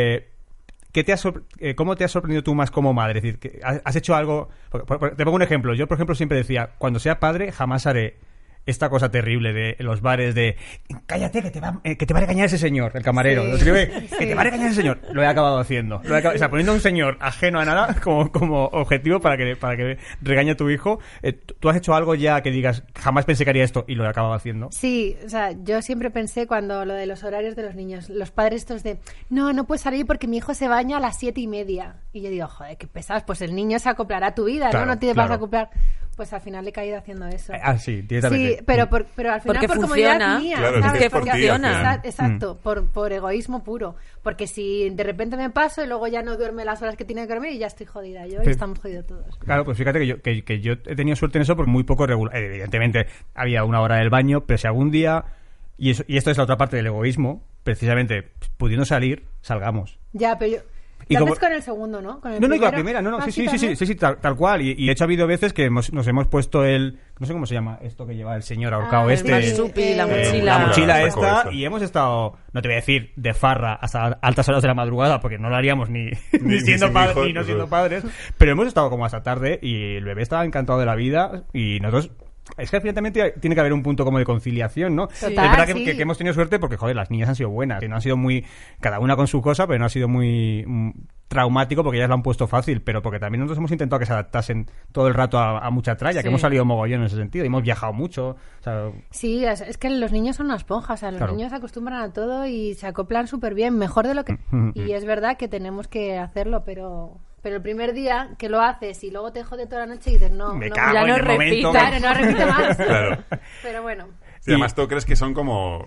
Speaker 2: ¿Cómo te has sorprendido tú más como madre? Es decir, que ¿has hecho algo? Te pongo un ejemplo. Yo, por ejemplo, siempre decía, cuando sea padre, jamás haré esta cosa terrible de los bares de cállate que te va a regañar ese señor, el camarero.
Speaker 6: Sí.
Speaker 2: Lo escribe, que
Speaker 6: Sí.
Speaker 2: te va a regañar ese señor. Lo he acabado haciendo. O sea, poniendo a un señor ajeno a nada como objetivo para que regañe a tu hijo. ¿Tú has hecho algo ya que digas, jamás pensé que haría esto y lo he acabado haciendo?
Speaker 6: Sí, o sea, yo siempre pensé cuando lo de los horarios de los niños, los padres estos de, no puedes salir porque mi hijo se baña a las 7:30. Y yo digo, joder, qué pesados, pues el niño se acoplará a tu vida,
Speaker 2: Claro,
Speaker 6: ¿no? No te vas
Speaker 2: claro.
Speaker 6: a acoplar. Pues al final le he caído haciendo eso.
Speaker 2: Sí, directamente.
Speaker 6: Sí, pero al final
Speaker 4: Porque
Speaker 6: por comodidad
Speaker 4: funciona.
Speaker 6: mía.
Speaker 3: Claro, es
Speaker 6: ¿sabes?
Speaker 3: que es por
Speaker 6: Porque-
Speaker 3: ti, al final.
Speaker 6: Exacto, por egoísmo puro. Porque si de repente me paso y luego ya no duerme las horas que tiene que dormir y ya estoy jodida yo y
Speaker 2: Sí.
Speaker 6: estamos jodidos todos.
Speaker 2: Claro, pues fíjate que yo he tenido suerte en eso por muy poco regular. Evidentemente había una hora del baño, pero si algún día, y esto es la otra parte del egoísmo, precisamente pudiendo salir, salgamos.
Speaker 6: Ya, pero yo...
Speaker 2: Y
Speaker 6: Lo
Speaker 2: como-
Speaker 6: haces con el segundo, ¿no? Con el
Speaker 2: No, con la
Speaker 6: primero.
Speaker 2: primera,
Speaker 6: Ah,
Speaker 2: sí,
Speaker 6: también.
Speaker 2: tal cual. Y de hecho ha habido veces que nos hemos puesto no sé cómo se llama esto que lleva el señor ahorcado
Speaker 6: el
Speaker 2: este.
Speaker 4: marsupi, la mochila.
Speaker 2: La mochila
Speaker 3: el
Speaker 2: esta,
Speaker 3: saco ese.
Speaker 2: y hemos estado, no te voy a decir de farra hasta altas horas de la madrugada, porque no lo haríamos ni
Speaker 3: Ni
Speaker 2: siendo
Speaker 3: sin
Speaker 2: padres,
Speaker 3: hijos,
Speaker 2: ni no
Speaker 3: eso.
Speaker 2: siendo padres, pero hemos estado como hasta tarde y el bebé estaba encantado de la vida y nosotros... Es que evidentemente tiene que haber un punto como de conciliación, ¿no?
Speaker 6: Total,
Speaker 2: Es verdad
Speaker 6: sí.
Speaker 2: que hemos tenido suerte porque, joder, las niñas han sido buenas, que no han sido muy... Cada una con su cosa, pero no ha sido muy traumático porque ellas lo han puesto fácil, pero porque también nosotros hemos intentado que se adaptasen todo el rato a mucha tralla, que
Speaker 4: Sí.
Speaker 2: hemos salido mogollón en ese sentido, y hemos viajado mucho, o sea...
Speaker 6: Sí, es que los niños son una esponja, o sea, los
Speaker 2: Claro.
Speaker 6: niños se acostumbran a todo y se acoplan súper bien, mejor de lo que... Y es verdad que tenemos que hacerlo, pero el primer día que lo haces y luego te jode toda la noche y dices, no,
Speaker 2: Me
Speaker 6: no,
Speaker 2: cago
Speaker 4: ya
Speaker 2: en
Speaker 4: no
Speaker 2: el momento
Speaker 4: repita.
Speaker 2: que-
Speaker 6: claro, no repite más.
Speaker 3: Claro.
Speaker 6: Pero bueno,
Speaker 3: Sí, además tú crees que son como...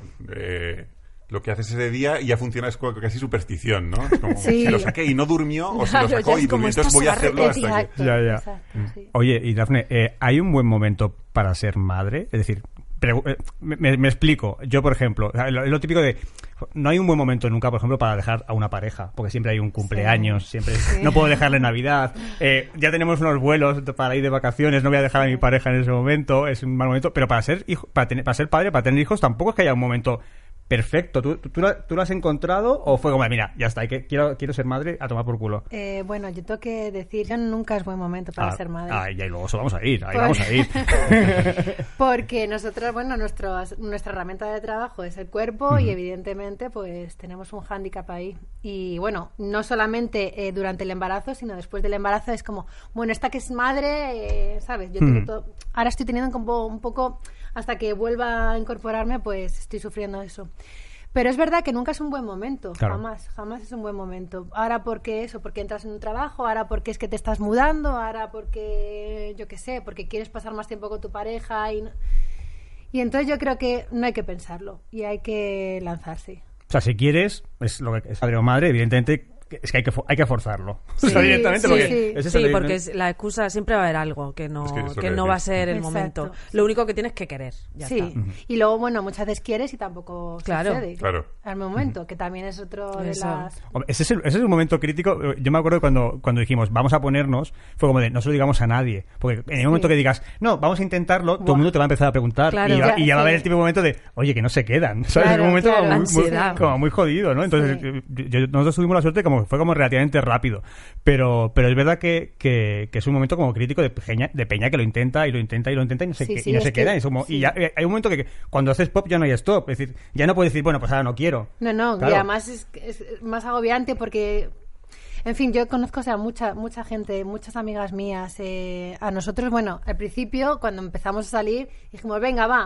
Speaker 3: lo que haces ese día y ya funciona es casi superstición, ¿no? Es como,
Speaker 6: Sí.
Speaker 3: si lo saqué y no durmió, o si
Speaker 4: Claro,
Speaker 3: lo sacó
Speaker 4: ya
Speaker 3: y
Speaker 4: es como
Speaker 3: durmió, entonces
Speaker 4: esta
Speaker 3: voy a
Speaker 4: se va a
Speaker 3: hacerlo hasta que...
Speaker 6: exacto,
Speaker 2: Ya.
Speaker 6: exacto, sí.
Speaker 2: Oye, y Dafne, ¿hay un buen momento para ser madre? Es decir, me explico. Yo, por ejemplo, es lo típico de... No hay un buen momento nunca, por ejemplo, para dejar a una pareja, porque siempre hay un cumpleaños, siempre no puedo dejarle Navidad, ya tenemos unos vuelos para ir de vacaciones, no voy a dejar a mi pareja en ese momento, es un mal momento, pero para ser hijo, para ser padre, para tener hijos, tampoco es que haya un momento perfecto. ¿Tú lo has encontrado o fue como, mira, ya está, quiero ser madre, a tomar por culo?
Speaker 6: Bueno, yo tengo que decir, ya nunca es buen momento para ser madre.
Speaker 2: Y ahí luego vamos a ir,
Speaker 6: Pues-
Speaker 2: vamos a ir.
Speaker 6: Porque nosotros, bueno, nuestra herramienta de trabajo es el cuerpo y evidentemente pues tenemos un hándicap ahí. Y bueno, no solamente durante el embarazo, sino después del embarazo es como, bueno, esta que es madre, ¿sabes? Yo tengo todo... Ahora estoy teniendo como un poco, hasta que vuelva a incorporarme, pues estoy sufriendo eso. Pero es verdad que nunca es un buen momento,
Speaker 2: Claro.
Speaker 6: jamás es un buen momento. Ahora porque entras en un trabajo, ahora porque es que te estás mudando, ahora porque, yo qué sé, porque quieres pasar más tiempo con tu pareja y entonces yo creo que no hay que pensarlo y hay que lanzarse.
Speaker 2: O sea, si quieres, es lo que es padre o madre, evidentemente es que hay que forzarlo.
Speaker 6: Sí,
Speaker 2: O sea, directamente,
Speaker 6: sí,
Speaker 2: porque
Speaker 6: sí.
Speaker 2: es eso,
Speaker 4: Sí,
Speaker 2: le-
Speaker 4: porque la excusa siempre va a haber algo que no,
Speaker 3: Es que es lo
Speaker 4: que
Speaker 3: que
Speaker 4: no va a
Speaker 3: decía.
Speaker 4: ser el
Speaker 6: Exacto,
Speaker 4: momento.
Speaker 6: sí.
Speaker 4: Lo único que tienes que querer. Ya
Speaker 6: Sí,
Speaker 4: está.
Speaker 6: y luego, bueno, muchas veces quieres y tampoco
Speaker 4: Claro.
Speaker 6: sucede.
Speaker 3: Claro.
Speaker 6: Al momento, que también es otro de
Speaker 4: Eso.
Speaker 6: las...
Speaker 2: Hombre, ese es un momento crítico. Yo me acuerdo cuando dijimos, vamos a ponernos, fue como de, no se lo digamos a nadie. Porque en el momento que digas, no, vamos a intentarlo, todo el mundo te va a empezar a preguntar.
Speaker 4: Claro.
Speaker 2: y ya va a haber
Speaker 6: Sí.
Speaker 2: el típico momento de, oye, que no se quedan. ¿Sabes?
Speaker 6: Claro,
Speaker 2: Es un momento
Speaker 6: claro.
Speaker 2: como,
Speaker 4: Ansiedad.
Speaker 2: como muy jodido, ¿no? Entonces, nosotros tuvimos la suerte como fue como relativamente rápido. Pero es verdad que es un momento como crítico de peña que lo intenta y no se,
Speaker 6: Sí, sí,
Speaker 2: y no
Speaker 6: es
Speaker 2: se
Speaker 6: que-
Speaker 2: queda. Y ya, hay un momento que cuando haces pop ya no hay stop. Es decir, ya no puedes decir, bueno, pues ahora no quiero.
Speaker 6: No,
Speaker 2: Claro.
Speaker 6: y además es más agobiante porque, en fin, yo conozco, o sea, mucha gente, muchas amigas mías. A nosotros, bueno, al principio, cuando empezamos a salir, dijimos, venga, va.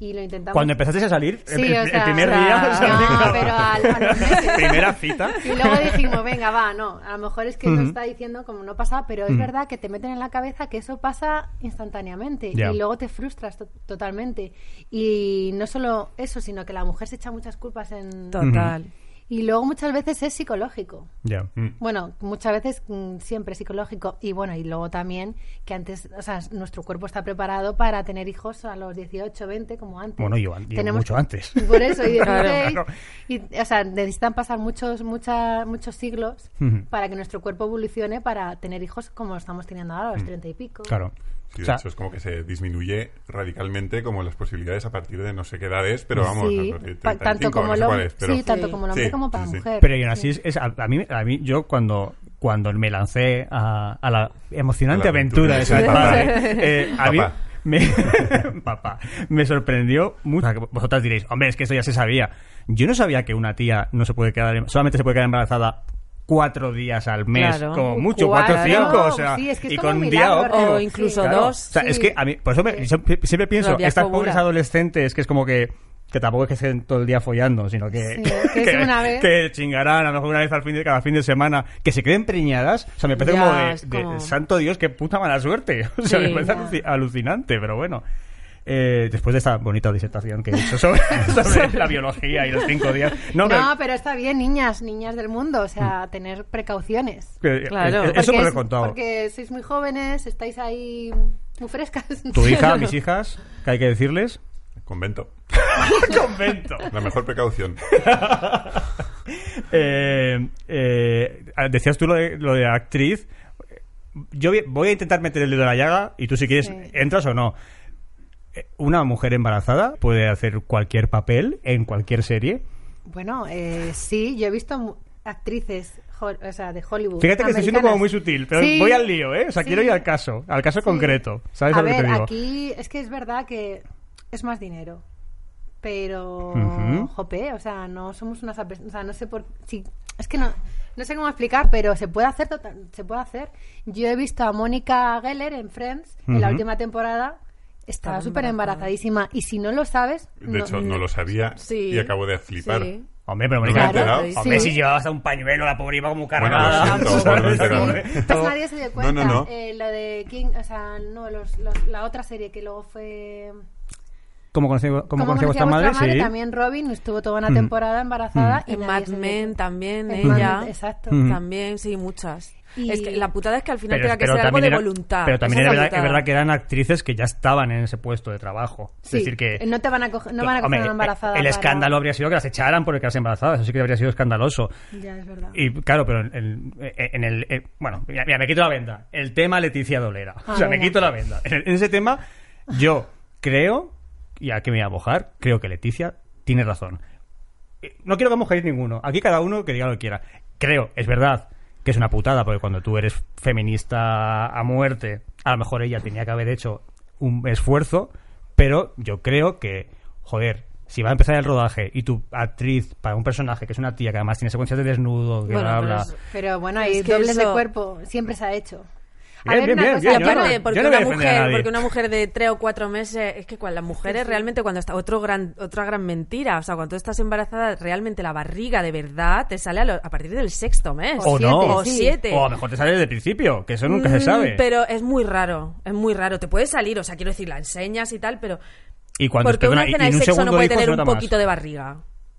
Speaker 6: y lo intentamos.
Speaker 2: Cuando empezaste a salir,
Speaker 6: Sí,
Speaker 2: el
Speaker 6: o sea,
Speaker 2: primer
Speaker 6: o sea,
Speaker 2: día... o sea,
Speaker 6: no, pero a los meses.
Speaker 2: Primera cita.
Speaker 6: Y luego dijimos, venga, va, no, a lo mejor es que lo está diciendo como no pasa, pero es verdad que te meten en la cabeza que eso pasa instantáneamente
Speaker 2: Ya.
Speaker 6: y luego te frustras totalmente. Y no solo eso, sino que la mujer se echa muchas culpas en...
Speaker 4: Total.
Speaker 6: Y luego muchas veces es psicológico.
Speaker 2: Ya.
Speaker 6: Bueno, muchas veces siempre psicológico. Y bueno, y luego también que antes, o sea, nuestro cuerpo está preparado para tener hijos a los 18, 20, como antes.
Speaker 2: Bueno, yo mucho antes.
Speaker 6: Por eso, y 16.
Speaker 2: Claro.
Speaker 6: Y, o sea, necesitan pasar muchos siglos para que nuestro cuerpo evolucione para tener hijos como estamos teniendo ahora, a los 30 y pico.
Speaker 2: Claro.
Speaker 3: Sí,
Speaker 2: O sea,
Speaker 3: de hecho, es como que se disminuye radicalmente como las posibilidades a partir de no sé qué edades, pero vamos,
Speaker 6: Sí,
Speaker 3: a partir de 35,
Speaker 6: tanto como
Speaker 3: no sé
Speaker 6: el
Speaker 3: cuál
Speaker 6: hombre,
Speaker 3: es, pero...
Speaker 6: sí, tanto como el hombre
Speaker 3: Sí,
Speaker 6: como para
Speaker 3: sí,
Speaker 6: la
Speaker 3: sí.
Speaker 6: mujer.
Speaker 2: pero y aún así,
Speaker 6: Sí.
Speaker 2: a mí yo cuando me lancé a la emocionante
Speaker 3: A la
Speaker 2: aventura de ser
Speaker 3: aventura.
Speaker 2: padre, a mí
Speaker 3: Papá.
Speaker 2: papá, me sorprendió mucho. Vosotras diréis, hombre, es que eso ya se sabía. Yo no sabía que una tía no se puede solamente se puede quedar embarazada 4 días al mes,
Speaker 4: Claro.
Speaker 2: como mucho, 4 o 5, o sea,
Speaker 6: Sí, es que es
Speaker 2: y
Speaker 6: como
Speaker 2: con
Speaker 6: un
Speaker 2: un día
Speaker 6: milagro,
Speaker 2: óptimo.
Speaker 4: o incluso
Speaker 2: Claro.
Speaker 4: 2.
Speaker 2: O sea, es
Speaker 6: Sí.
Speaker 2: que a mí, por eso yo siempre pienso,
Speaker 4: Los días
Speaker 2: estas
Speaker 4: que
Speaker 2: pobres
Speaker 4: ovula.
Speaker 2: adolescentes, que es como que tampoco es que estén todo el día follando, sino que,
Speaker 6: Sí, que es una vez.
Speaker 2: que chingarán a lo mejor una vez cada fin de semana, que se queden preñadas. O sea, me parece
Speaker 4: Ya,
Speaker 2: como
Speaker 4: es como-
Speaker 2: de santo Dios, qué puta mala suerte. O sea,
Speaker 4: Sí.
Speaker 2: me parece alucinante, pero bueno. Después de esta bonita disertación que he hecho sobre la biología y los 5 días. No,
Speaker 6: Pero está bien, niñas del mundo, o sea, tener precauciones.
Speaker 4: Claro.
Speaker 2: Eso me lo he
Speaker 6: Porque
Speaker 2: contado.
Speaker 6: Porque sois muy jóvenes, estáis ahí muy frescas.
Speaker 2: Tu hija, mis hijas, ¿qué hay que decirles?
Speaker 3: Convento.
Speaker 2: Convento.
Speaker 3: La mejor precaución.
Speaker 2: Decías tú lo de actriz. Yo voy a intentar meter el dedo en la llaga y tú si quieres
Speaker 6: Sí.
Speaker 2: entras o no. ¿Una mujer embarazada puede hacer cualquier papel en cualquier serie?
Speaker 6: Bueno, sí, yo he visto actrices o sea, de Hollywood.
Speaker 2: Fíjate que estoy siendo como
Speaker 6: americanas.
Speaker 2: muy sutil, pero
Speaker 6: Sí,
Speaker 2: voy al lío, ¿eh? O sea,
Speaker 6: sí.
Speaker 2: quiero ir al caso
Speaker 6: Sí.
Speaker 2: concreto. ¿Sabes
Speaker 6: A
Speaker 2: lo que
Speaker 6: ver,
Speaker 2: te digo?
Speaker 6: aquí es que es verdad que es más dinero. Pero,
Speaker 2: Ujú.
Speaker 6: jope, o sea, no somos unas... O sea, no sé por... Sí, es que no sé cómo explicar, pero se puede hacer. Se puede hacer. Yo he visto a Mónica Geller en Friends, en la
Speaker 2: Ujú.
Speaker 6: última temporada. Estaba
Speaker 4: Estaba
Speaker 6: súper embarazadísima. Y si no lo sabes...
Speaker 3: De hecho, no lo sabía
Speaker 4: Sí.
Speaker 3: y acabo de flipar.
Speaker 4: Sí.
Speaker 2: Hombre, pero
Speaker 3: ¿No
Speaker 2: Mónica,
Speaker 3: me he enterado?
Speaker 2: hombre,
Speaker 6: Sí.
Speaker 2: si llevaba hasta un pañuelo, la pobre iba como
Speaker 3: Bueno,
Speaker 2: cargada.
Speaker 3: lo siento, no me he enterado.
Speaker 6: Pues nadie se dio cuenta.
Speaker 3: No.
Speaker 6: Lo de King, o sea, no, la otra serie que luego fue...
Speaker 2: ¿Cómo conocía
Speaker 6: Como
Speaker 2: vuestra madre? Sí.
Speaker 6: También Robin estuvo toda una temporada embarazada. y
Speaker 4: En
Speaker 6: nadie
Speaker 4: Mad
Speaker 6: se dio
Speaker 4: Men
Speaker 6: cuenta.
Speaker 4: también,
Speaker 6: En Mad
Speaker 4: ella.
Speaker 6: Men, exacto.
Speaker 4: También, sí, muchas.
Speaker 6: Y-
Speaker 4: Es que la putada es que al final
Speaker 2: Pero-
Speaker 4: tenga que
Speaker 2: pero
Speaker 4: ser algo
Speaker 2: también
Speaker 4: de
Speaker 2: era-
Speaker 4: voluntad.
Speaker 2: Pero también
Speaker 4: Esa
Speaker 2: es
Speaker 4: la
Speaker 2: verdad,
Speaker 4: putada.
Speaker 2: que eran actrices que ya estaban en ese puesto de trabajo.
Speaker 6: Sí,
Speaker 2: Es decir, que
Speaker 6: no van a coger
Speaker 2: Hombre,
Speaker 6: una embarazada.
Speaker 2: el escándalo habría sido que las echaran por quedarse embarazadas. Eso sí que habría sido escandaloso.
Speaker 6: Ya, es verdad.
Speaker 2: Y claro, pero bueno, mira, me quito la venda. El tema Leticia Dolera. O sea, me
Speaker 6: venga.
Speaker 2: quito la venda. En ese tema, yo creo, y aquí me voy a mojar, creo que Leticia tiene razón. No quiero que mojéis ninguno. Aquí cada uno que diga lo que quiera. Creo, es verdad, que es una putada, porque cuando tú eres feminista a muerte, a lo mejor ella tenía que haber hecho un esfuerzo, pero yo creo que, joder, si va a empezar el rodaje y tu actriz para un personaje que es una tía que además tiene secuencias de desnudo, que
Speaker 4: Bueno,
Speaker 2: bla,
Speaker 4: pero
Speaker 2: bla,
Speaker 4: es-
Speaker 6: Pero bueno, hay
Speaker 4: Es que
Speaker 6: dobles de
Speaker 4: eso-
Speaker 6: cuerpo. Siempre se ha hecho.
Speaker 2: Bien, bien,
Speaker 6: una
Speaker 2: bien,
Speaker 6: cosa,
Speaker 2: bien,
Speaker 4: Y
Speaker 2: yo no-
Speaker 4: aparte,
Speaker 2: yo
Speaker 4: porque,
Speaker 2: no voy a
Speaker 4: una
Speaker 2: defender a
Speaker 4: mujer,
Speaker 2: nadie.
Speaker 4: porque una mujer de 3 o 4 meses, es que mujeres realmente cuando está, otra gran mentira, o sea, cuando tú estás embarazada, realmente la barriga de verdad te sale a partir del 6º mes.
Speaker 2: O no.
Speaker 4: O
Speaker 6: sí.
Speaker 4: 7.
Speaker 2: O a lo mejor te sale desde el principio, que eso nunca se sabe.
Speaker 4: Pero es muy raro. Te puede salir, o sea, quiero decir, la enseñas y tal, pero...
Speaker 2: Y cuando
Speaker 4: Porque una
Speaker 2: y
Speaker 4: escena
Speaker 2: en
Speaker 4: de
Speaker 2: un
Speaker 4: sexo no
Speaker 2: segundo
Speaker 4: puede
Speaker 2: hijo se
Speaker 4: tener un
Speaker 2: nota más.
Speaker 4: poquito de barriga.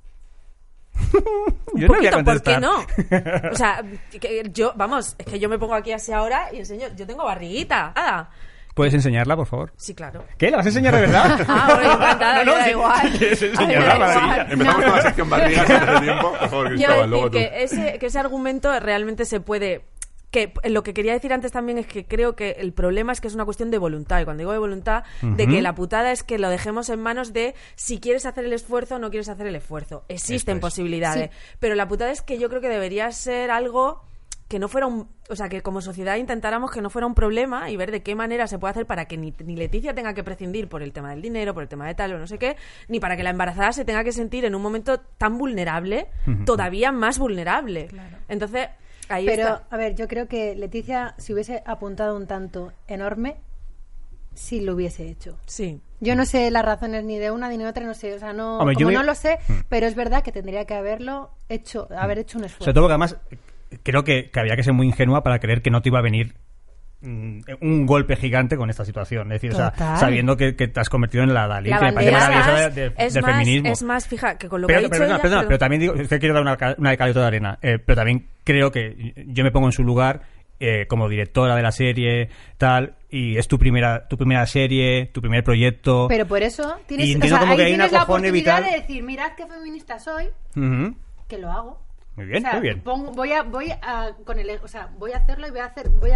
Speaker 2: Yo no voy a
Speaker 4: ¿por qué
Speaker 2: contestar.
Speaker 4: no? O sea, es que yo me pongo aquí así ahora y enseño, yo tengo barriguita. Nada.
Speaker 2: ¿Puedes enseñarla, por favor?
Speaker 4: Sí, claro.
Speaker 2: ¿Qué? ¿La vas a enseñar de verdad?
Speaker 4: Ah, bueno, encantada, me da igual.
Speaker 2: Si quieres
Speaker 4: A mí me
Speaker 2: enseñarla,
Speaker 4: da
Speaker 2: maravilla.
Speaker 4: igual.
Speaker 3: Empezamos con la sección barrigas antes de tiempo. Por favor,
Speaker 4: Quiero
Speaker 3: Cristóbal,
Speaker 4: decir
Speaker 3: luego tú.
Speaker 4: que ese argumento realmente se puede... Que lo que quería decir antes también es que creo que el problema es que es una cuestión de voluntad. Y cuando digo de voluntad, de que la putada es que lo dejemos en manos de si quieres hacer el esfuerzo o no quieres hacer el esfuerzo. Existen
Speaker 2: Esto es.
Speaker 4: posibilidades. Pero la putada es que yo creo que debería ser algo que no fuera un... O sea, que como sociedad intentáramos que no fuera un problema y ver de qué manera se puede hacer para que ni Leticia tenga que prescindir por el tema del dinero, por el tema de tal o no sé qué, ni para que la embarazada se tenga que sentir en un momento tan vulnerable, todavía más vulnerable. Entonces, ahí
Speaker 6: Pero,
Speaker 4: está.
Speaker 6: a ver, yo creo que Leticia, si hubiese apuntado un tanto enorme, si lo hubiese hecho.
Speaker 4: Sí.
Speaker 6: Yo no sé las razones ni de una ni de otra, no sé, o sea, no,
Speaker 2: Hombre,
Speaker 6: como no lo sé, pero es verdad que tendría que haber hecho un esfuerzo.
Speaker 2: Sobre todo porque además creo que había que ser muy ingenua para creer que no te iba a venir un golpe gigante con esta situación. Es decir, o sea, sabiendo que te has convertido en la Dalí, que me parece maravillosa del feminismo.
Speaker 4: Es más, fija, que con lo que ha dicho
Speaker 2: perdona, pero también digo, usted quiere dar una de cal y otra de arena, pero también creo que yo me pongo en su lugar como directora de la serie, tal, y es tu primera serie, tu primer proyecto.
Speaker 6: Pero por eso tienes,
Speaker 2: y entiendo como
Speaker 6: ahí
Speaker 2: que hay
Speaker 6: tienes
Speaker 2: una
Speaker 6: la
Speaker 2: cojone
Speaker 6: oportunidad
Speaker 2: vital
Speaker 6: de decir, mirad qué feminista soy, que lo hago.
Speaker 2: Muy bien,
Speaker 6: o sea,
Speaker 2: muy bien.
Speaker 6: Voy a hacerlo y voy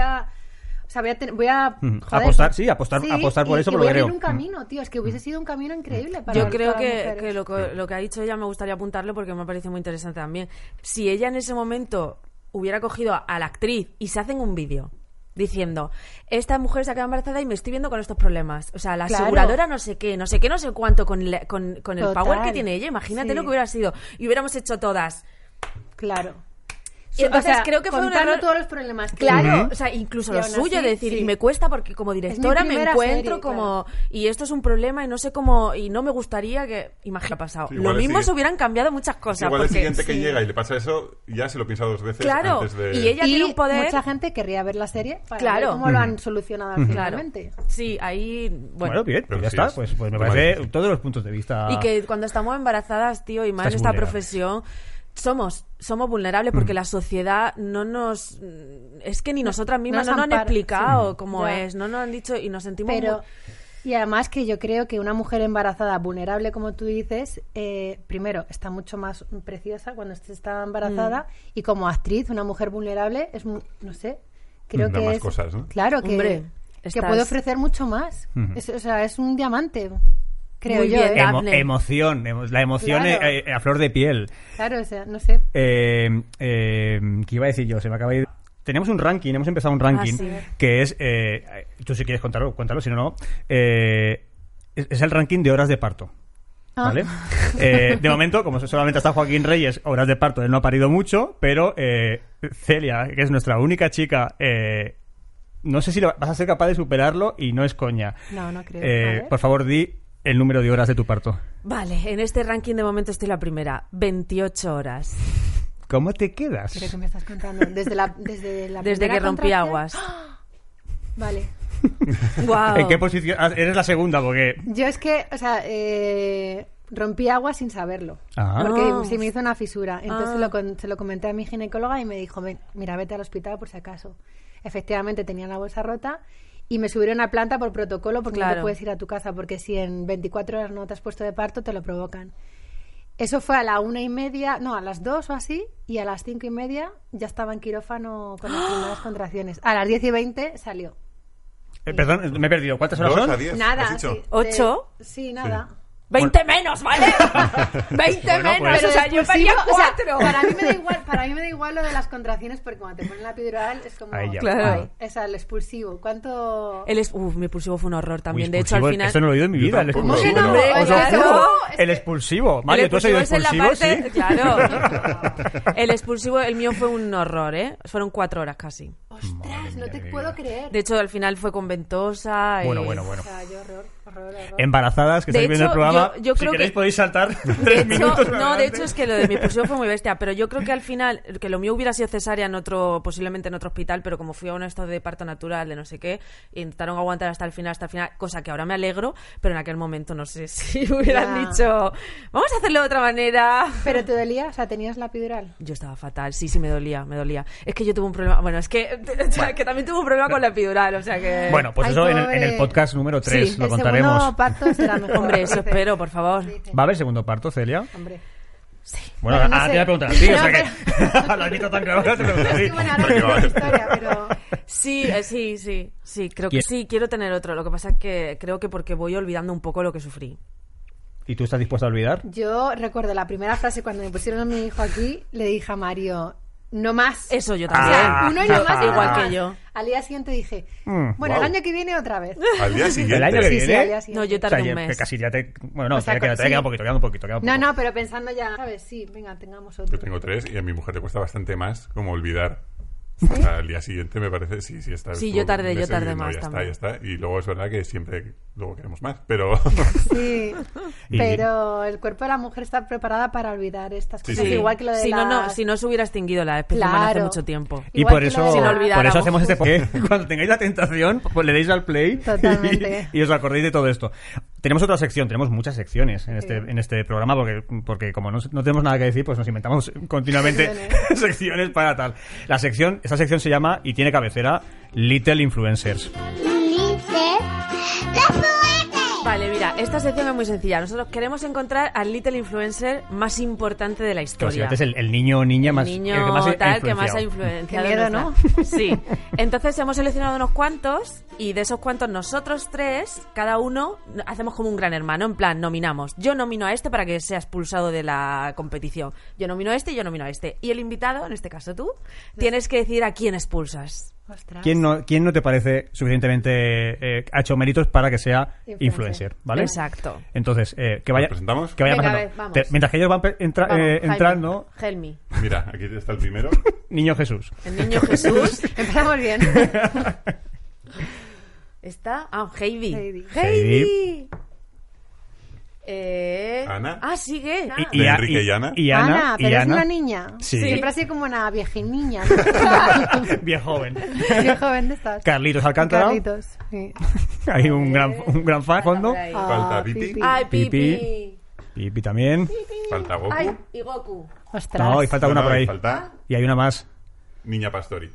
Speaker 6: a
Speaker 2: apostar por eso,
Speaker 6: y
Speaker 2: por lo
Speaker 6: voy
Speaker 2: que
Speaker 6: a abrir
Speaker 2: creo.
Speaker 6: un camino, tío, es que hubiese sido un camino increíble para
Speaker 4: Yo creo
Speaker 6: para las
Speaker 4: que
Speaker 6: mujeres.
Speaker 4: lo que ha dicho ella me gustaría apuntarlo porque me parece muy interesante también. Si ella en ese momento hubiera cogido a la actriz y se hacen un vídeo diciendo, esta mujer se acaba embarazada y me estoy viendo con estos problemas, o sea, la aseguradora no sé qué, no sé cuánto con el power que tiene ella, imagínate lo que hubiera sido y hubiéramos hecho todas.
Speaker 6: Claro.
Speaker 4: Y entonces creo que fue un
Speaker 6: contando
Speaker 4: error.
Speaker 6: todos los problemas que
Speaker 4: Claro, o sea, incluso
Speaker 6: y
Speaker 4: lo
Speaker 6: aún
Speaker 4: suyo
Speaker 6: así,
Speaker 4: de decir,
Speaker 6: sí.
Speaker 4: y me cuesta porque como directora me
Speaker 6: primera
Speaker 4: encuentro
Speaker 6: serie,
Speaker 4: como y esto es un problema y no sé cómo y no me gustaría que imagina pasado.
Speaker 3: Sí,
Speaker 4: lo
Speaker 3: igual
Speaker 4: mismo
Speaker 3: el
Speaker 4: se hubieran cambiado muchas cosas
Speaker 3: Igual el
Speaker 4: porque
Speaker 3: siguiente que llega y le pasa eso, ya se lo piensa dos veces
Speaker 4: Claro,
Speaker 3: antes de...
Speaker 4: y ella tiene un poder.
Speaker 6: Mucha gente querría ver la serie para
Speaker 4: Claro.
Speaker 6: ver cómo lo han solucionado finalmente.
Speaker 4: Sí, ahí
Speaker 2: Bueno, bien,
Speaker 3: Pero
Speaker 2: pues ya
Speaker 3: sí
Speaker 2: está.
Speaker 3: es
Speaker 2: Pues me
Speaker 3: toma
Speaker 2: parece
Speaker 3: decisión.
Speaker 2: todos los puntos de vista.
Speaker 4: Y que cuando estamos embarazadas, tío, y más en
Speaker 2: Estás
Speaker 4: esta
Speaker 2: vulnerable.
Speaker 4: profesión, somos vulnerables porque la sociedad no nos... Es que ni nosotras mismas
Speaker 6: Nos
Speaker 4: no nos han
Speaker 6: ampara,
Speaker 4: explicado
Speaker 6: sí.
Speaker 4: cómo
Speaker 6: Ya.
Speaker 4: es, no nos han dicho y nos sentimos...
Speaker 6: Pero
Speaker 4: muy-
Speaker 6: y además que yo creo que una mujer embarazada vulnerable, como tú dices, primero está mucho más preciosa cuando está embarazada y como actriz una mujer vulnerable es no sé, creo
Speaker 3: Da
Speaker 6: que
Speaker 3: más
Speaker 6: es
Speaker 3: cosas, ¿no?
Speaker 6: claro que
Speaker 4: Hombre,
Speaker 6: que
Speaker 4: estás-
Speaker 6: puede ofrecer mucho más. O sea, es un diamante, creo
Speaker 4: Muy
Speaker 6: yo.
Speaker 4: bien,
Speaker 2: Emo- emoción, la emoción
Speaker 6: Claro.
Speaker 2: a flor de piel.
Speaker 6: Claro, o sea, no sé.
Speaker 2: ¿Qué iba a decir yo? Se me acaba de ir. Tenemos un ranking, hemos empezado un ranking
Speaker 4: sí.
Speaker 2: que es, tú si quieres contarlo, cuéntalo, si no, es el ranking de horas de parto. ¿Vale? De momento, como solamente está Joaquín Reyes, horas de parto, él no ha parido mucho, pero Celia, que es nuestra única chica, no sé si vas a ser capaz de superarlo y no es coña.
Speaker 6: No creo. A ver.
Speaker 2: Por favor, di el número de horas de tu parto.
Speaker 4: Vale, en este ranking de momento estoy la primera, 28 horas.
Speaker 2: ¿Cómo te quedas?
Speaker 6: Creo que me estás contando desde la
Speaker 4: Desde
Speaker 6: primera
Speaker 4: que rompí
Speaker 6: contracción.
Speaker 4: aguas.
Speaker 6: Vale.
Speaker 4: Wow.
Speaker 2: ¿En qué posición? Eres la segunda, porque...
Speaker 6: Yo es que, o sea, rompí agua sin saberlo.
Speaker 2: Ah.
Speaker 6: Porque se me hizo una fisura. Entonces se lo comenté a mi ginecóloga y me dijo, mira, vete al hospital por si acaso. Efectivamente tenía la bolsa rota y me subieron a planta por protocolo porque no
Speaker 4: Claro.
Speaker 6: te puedes ir a tu casa porque si en 24 horas no te has puesto de parto te lo provocan. Eso fue a la 1:30, no, a las 2 o así, y a las 5:30 ya estaba en quirófano con las primeras contracciones. A las 10:20 salió.
Speaker 2: Perdón, me he perdido. ¿Cuántas horas
Speaker 3: 2
Speaker 2: son?
Speaker 3: a 10,
Speaker 6: Nada,
Speaker 3: ¿has dicho?
Speaker 6: sí.
Speaker 4: ¿8?
Speaker 6: Sí, nada.
Speaker 4: 20 menos, ¿vale? 20
Speaker 2: Bueno,
Speaker 4: menos,
Speaker 2: pues-
Speaker 4: o sea, yo paría
Speaker 6: Expulsivo, o sea,
Speaker 4: 4.
Speaker 6: para mí me da igual lo de las contracciones porque cuando te ponen la epidural es como
Speaker 2: Ahí ya.
Speaker 4: Claro.
Speaker 6: ay, o sea, el expulsivo. ¿Cuánto?
Speaker 4: Mi expulsivo fue un horror también.
Speaker 2: Uy,
Speaker 4: de hecho, al
Speaker 2: expulsivo,
Speaker 4: final...
Speaker 2: esto no lo he oído en mi
Speaker 3: Yo
Speaker 2: vida. El
Speaker 3: tampoco.
Speaker 2: expulsivo.
Speaker 6: ¿Cómo que no?
Speaker 2: Os
Speaker 6: Claro,
Speaker 2: lo juro.
Speaker 6: es que-
Speaker 2: El expulsivo. Mario,
Speaker 4: El
Speaker 2: ¿tú has oído
Speaker 4: expulsivo es en la
Speaker 2: expulsivo?
Speaker 4: parte...
Speaker 2: Sí.
Speaker 4: Claro. El expulsivo, el mío fue un horror, ¿eh? Fueron 4 horas casi.
Speaker 6: Ostras, no te puedo creer.
Speaker 4: De hecho, al final fue con ventosa.
Speaker 2: Bueno.
Speaker 6: O sea, yo horror.
Speaker 2: Embarazadas, que
Speaker 4: De
Speaker 2: estáis viendo el
Speaker 4: hecho,
Speaker 2: programa,
Speaker 4: yo
Speaker 2: si
Speaker 4: creo
Speaker 2: queréis
Speaker 4: que-
Speaker 2: podéis saltar
Speaker 4: De
Speaker 2: 3
Speaker 4: hecho,
Speaker 2: minutos.
Speaker 4: no, de
Speaker 2: adelante.
Speaker 4: hecho es que lo de mi expulsión fue muy bestia, pero yo creo que al final, que lo mío hubiera sido cesárea posiblemente en otro hospital, pero como fui a un estado de parto natural, de no sé qué, intentaron aguantar hasta el final, cosa que ahora me alegro, pero en aquel momento no sé si hubieran
Speaker 6: Ya.
Speaker 4: dicho, vamos a hacerlo de otra manera.
Speaker 6: ¿Pero te dolía? O sea, ¿tenías la epidural?
Speaker 4: Yo estaba fatal, sí, me dolía. Es que yo tuve un problema, que también tuve un problema con la epidural, o sea que...
Speaker 2: Bueno, pues
Speaker 6: Ay,
Speaker 2: eso
Speaker 6: pobre.
Speaker 2: en el podcast número 3
Speaker 4: Sí,
Speaker 2: lo
Speaker 6: el
Speaker 2: contaremos.
Speaker 6: segundo parto será mejor.
Speaker 4: Hombre, eso
Speaker 6: dice.
Speaker 4: espero, por favor.
Speaker 6: Dice.
Speaker 2: ¿Va a haber segundo parto, Celia?
Speaker 6: Hombre.
Speaker 2: Bueno,
Speaker 6: Bueno, no
Speaker 2: ahora
Speaker 6: sé.
Speaker 2: te voy a preguntar a ti, o
Speaker 6: No,
Speaker 2: sea que lo has visto tan claro que te pregunto a ti.
Speaker 6: Es que bueno, ahora no sé la historia, pero...
Speaker 4: Sí, creo que
Speaker 2: ¿Quién?
Speaker 4: sí, quiero tener otro. Lo que pasa es que creo que porque voy olvidando un poco lo que sufrí.
Speaker 2: ¿Y tú estás dispuesta a olvidar?
Speaker 6: Yo recuerdo la primera frase cuando me pusieron a mi hijo aquí, le dije a Mario, no más.
Speaker 4: Eso yo
Speaker 6: O
Speaker 4: también.
Speaker 6: sea, uno y no más. y no
Speaker 4: Igual
Speaker 6: más.
Speaker 4: que yo.
Speaker 6: Al día siguiente dije,
Speaker 2: Mm,
Speaker 6: bueno,
Speaker 3: wow.
Speaker 6: el año que viene otra vez.
Speaker 3: Al día siguiente.
Speaker 2: ¿El año que
Speaker 6: Sí,
Speaker 2: viene?
Speaker 6: sí, al día siguiente.
Speaker 4: No, yo
Speaker 2: O sea,
Speaker 4: tardé un
Speaker 2: que
Speaker 4: mes.
Speaker 2: casi ya te... Bueno, no,
Speaker 6: O sea,
Speaker 2: te
Speaker 6: sí.
Speaker 2: queda un poquito, queda un poquito.
Speaker 6: No, pero pensando ya, ¿sabes? Sí, venga, tengamos otro.
Speaker 3: Yo tengo 3 y a mi mujer le cuesta bastante más como olvidar O sea, al día siguiente me parece, sí, está.
Speaker 4: Sí, yo tardé
Speaker 3: diciendo,
Speaker 4: más
Speaker 3: ya
Speaker 4: también.
Speaker 3: está. Y luego es verdad que siempre luego queremos más, pero...
Speaker 6: Sí, pero el cuerpo de la mujer está preparada para olvidar estas
Speaker 3: Sí,
Speaker 6: cosas,
Speaker 3: sí.
Speaker 6: igual que lo de
Speaker 4: Si
Speaker 6: las...
Speaker 4: no se hubiera extinguido la especie humana hace
Speaker 6: Claro.
Speaker 4: mucho tiempo.
Speaker 2: Y
Speaker 6: Igual
Speaker 2: por
Speaker 6: que
Speaker 2: eso,
Speaker 6: lo de la-
Speaker 4: Si no olvidáramos.
Speaker 2: por eso hacemos este podcast. Cuando tengáis la tentación, pues le deis al play
Speaker 6: Totalmente.
Speaker 2: y os acordéis de todo esto. Tenemos otra sección, tenemos muchas secciones en este programa porque como no tenemos nada que decir, pues nos inventamos continuamente secciones para tal. Esta sección se llama y tiene cabecera Little Influencers.
Speaker 4: Vale, mira, esta sección es muy sencilla. Nosotros queremos encontrar al little influencer más importante de la
Speaker 2: Que
Speaker 4: historia.
Speaker 2: básicamente es el niño o niña más,
Speaker 4: El niño
Speaker 2: el que más
Speaker 4: tal que más ha
Speaker 2: influenciado.
Speaker 4: influenciado.
Speaker 6: Qué miedo,
Speaker 4: nuestra- Sí. Entonces hemos seleccionado unos cuantos y de esos cuantos nosotros tres, cada uno, hacemos como un gran hermano. En plan, nominamos. Yo nomino a este para que sea expulsado de la competición. Yo nomino a este y yo nomino a este. Y el invitado, en este caso tú, tienes que decir a quién expulsas.
Speaker 6: Ostras.
Speaker 2: ¿Quién no te parece suficientemente ha hecho méritos para que sea
Speaker 6: Influencer.
Speaker 2: influencer? ¿Vale?
Speaker 4: Exacto.
Speaker 2: Entonces, que vaya,
Speaker 3: ¿Nos presentamos?
Speaker 2: que vaya
Speaker 6: Venga,
Speaker 2: pasando.
Speaker 6: a ver, vamos.
Speaker 2: Mientras que ellos van
Speaker 4: Vamos, Jaime,
Speaker 2: entrando,
Speaker 4: Help me.
Speaker 3: Mira, aquí está el primero.
Speaker 2: Niño Jesús.
Speaker 4: El niño Jesús
Speaker 6: Empezamos bien.
Speaker 4: está... Ah, Heidi.
Speaker 6: Heidi.
Speaker 2: Heidi.
Speaker 3: Ana.
Speaker 4: Ah, sigue.
Speaker 3: De Enrique y Ana.
Speaker 2: Y Ana.
Speaker 6: Ana,
Speaker 2: y
Speaker 6: pero es
Speaker 2: Ana.
Speaker 6: una niña.
Speaker 2: Sí.
Speaker 6: Siempre así como una viejiniña. ¿No?
Speaker 2: Bien joven.
Speaker 6: Qué joven estás.
Speaker 2: Carlitos Alcántara.
Speaker 6: Carlitos. Sí.
Speaker 2: Hay un gran fan fondo.
Speaker 4: Por ahí.
Speaker 3: Falta Pipi.
Speaker 4: Ay,
Speaker 2: Pipi.
Speaker 4: Pipi.
Speaker 2: Pipi también.
Speaker 3: Falta Goku.
Speaker 4: Ay, y Goku.
Speaker 6: Ostras.
Speaker 2: No, y falta una por ahí.
Speaker 3: Falta
Speaker 2: Y hay una más.
Speaker 3: Niña Pastori.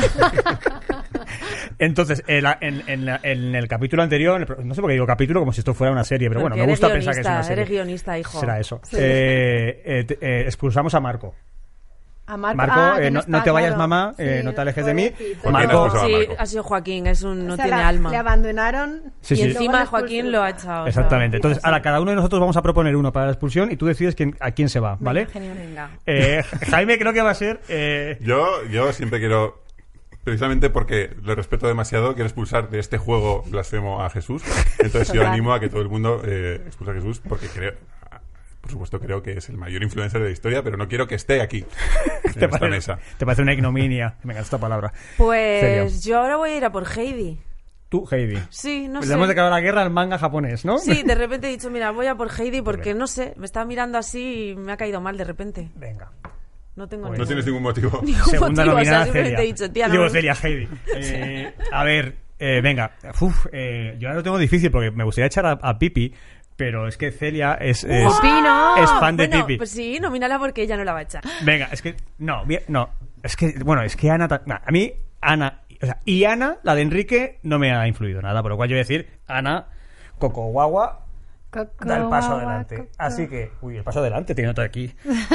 Speaker 2: Entonces, en el capítulo anterior, no sé por qué digo capítulo como si esto fuera una serie, pero
Speaker 4: Porque
Speaker 2: bueno, me
Speaker 4: eres
Speaker 2: gusta pensar que es
Speaker 4: guionista,
Speaker 2: una serie.
Speaker 4: eres guionista, hijo.
Speaker 2: Será eso. Expulsamos a Marco.
Speaker 6: A Marco,
Speaker 2: Marco,
Speaker 6: que
Speaker 2: no
Speaker 6: está,
Speaker 2: te vayas,
Speaker 6: claro.
Speaker 2: mamá,
Speaker 6: Sí,
Speaker 2: no te alejes de mí.
Speaker 6: pobrecito.
Speaker 3: ¿Por quién
Speaker 2: Marco,
Speaker 3: expulsaba a
Speaker 4: Sí,
Speaker 3: Marco?
Speaker 4: ha sido Joaquín, es un no
Speaker 6: O sea,
Speaker 4: tiene
Speaker 6: le
Speaker 4: alma.
Speaker 6: abandonaron.
Speaker 2: Sí,
Speaker 4: y
Speaker 2: sí.
Speaker 4: encima
Speaker 6: luego
Speaker 4: Joaquín lo ha echado.
Speaker 2: exactamente. Entonces, ahora cada uno de nosotros vamos a proponer uno para la expulsión y tú decides a quién se va, ¿vale?
Speaker 6: Genial.
Speaker 4: Venga.
Speaker 2: Jaime creo que va a ser...
Speaker 3: Yo siempre quiero, precisamente porque le respeto demasiado, quiero expulsar de este juego blasfemo a Jesús. Entonces yo
Speaker 6: Total.
Speaker 3: animo a que todo el mundo expulse a Jesús porque por supuesto creo que es el mayor influencer de la historia, pero no quiero que esté aquí, en esta mesa.
Speaker 2: te parece una ignominia. Me encanta esta palabra.
Speaker 4: Pues
Speaker 2: Serio.
Speaker 4: yo ahora voy a ir a por Heidi.
Speaker 2: Tú, Heidi.
Speaker 4: Sí, no
Speaker 2: Le
Speaker 4: sé.
Speaker 2: hemos declarado la guerra al manga japonés, ¿no?
Speaker 4: Sí, de repente he dicho, mira, voy a por Heidi porque
Speaker 2: bien.
Speaker 4: no sé, me estaba mirando así y me ha caído mal de repente.
Speaker 2: Venga.
Speaker 4: No tengo
Speaker 2: Pues
Speaker 3: No tienes ningún motivo.
Speaker 2: Segunda
Speaker 4: motivo, o sea,
Speaker 2: nominada,
Speaker 4: simplemente
Speaker 2: Celia.
Speaker 4: he dicho, tía, no
Speaker 2: Digo,
Speaker 4: me-
Speaker 2: Celia, Heidi. A ver, venga. Yo ahora lo tengo difícil porque me gustaría echar a Pipi, pero es que Celia es
Speaker 6: ¡Pino!
Speaker 2: es fan de
Speaker 4: Bueno,
Speaker 2: Pipi.
Speaker 4: pues sí, nomínala porque ella no la va a echar.
Speaker 2: Venga, es que... No, es que... Bueno, es que Ana... A mí, Ana... O sea, y Ana, la de Enrique, no me ha influido nada. Por lo cual yo voy a decir, Ana, Coco Guagua,
Speaker 6: Coco,
Speaker 2: da el paso
Speaker 6: guagua,
Speaker 2: adelante.
Speaker 6: coco.
Speaker 2: Así que... Uy, el paso adelante tiene otra aquí.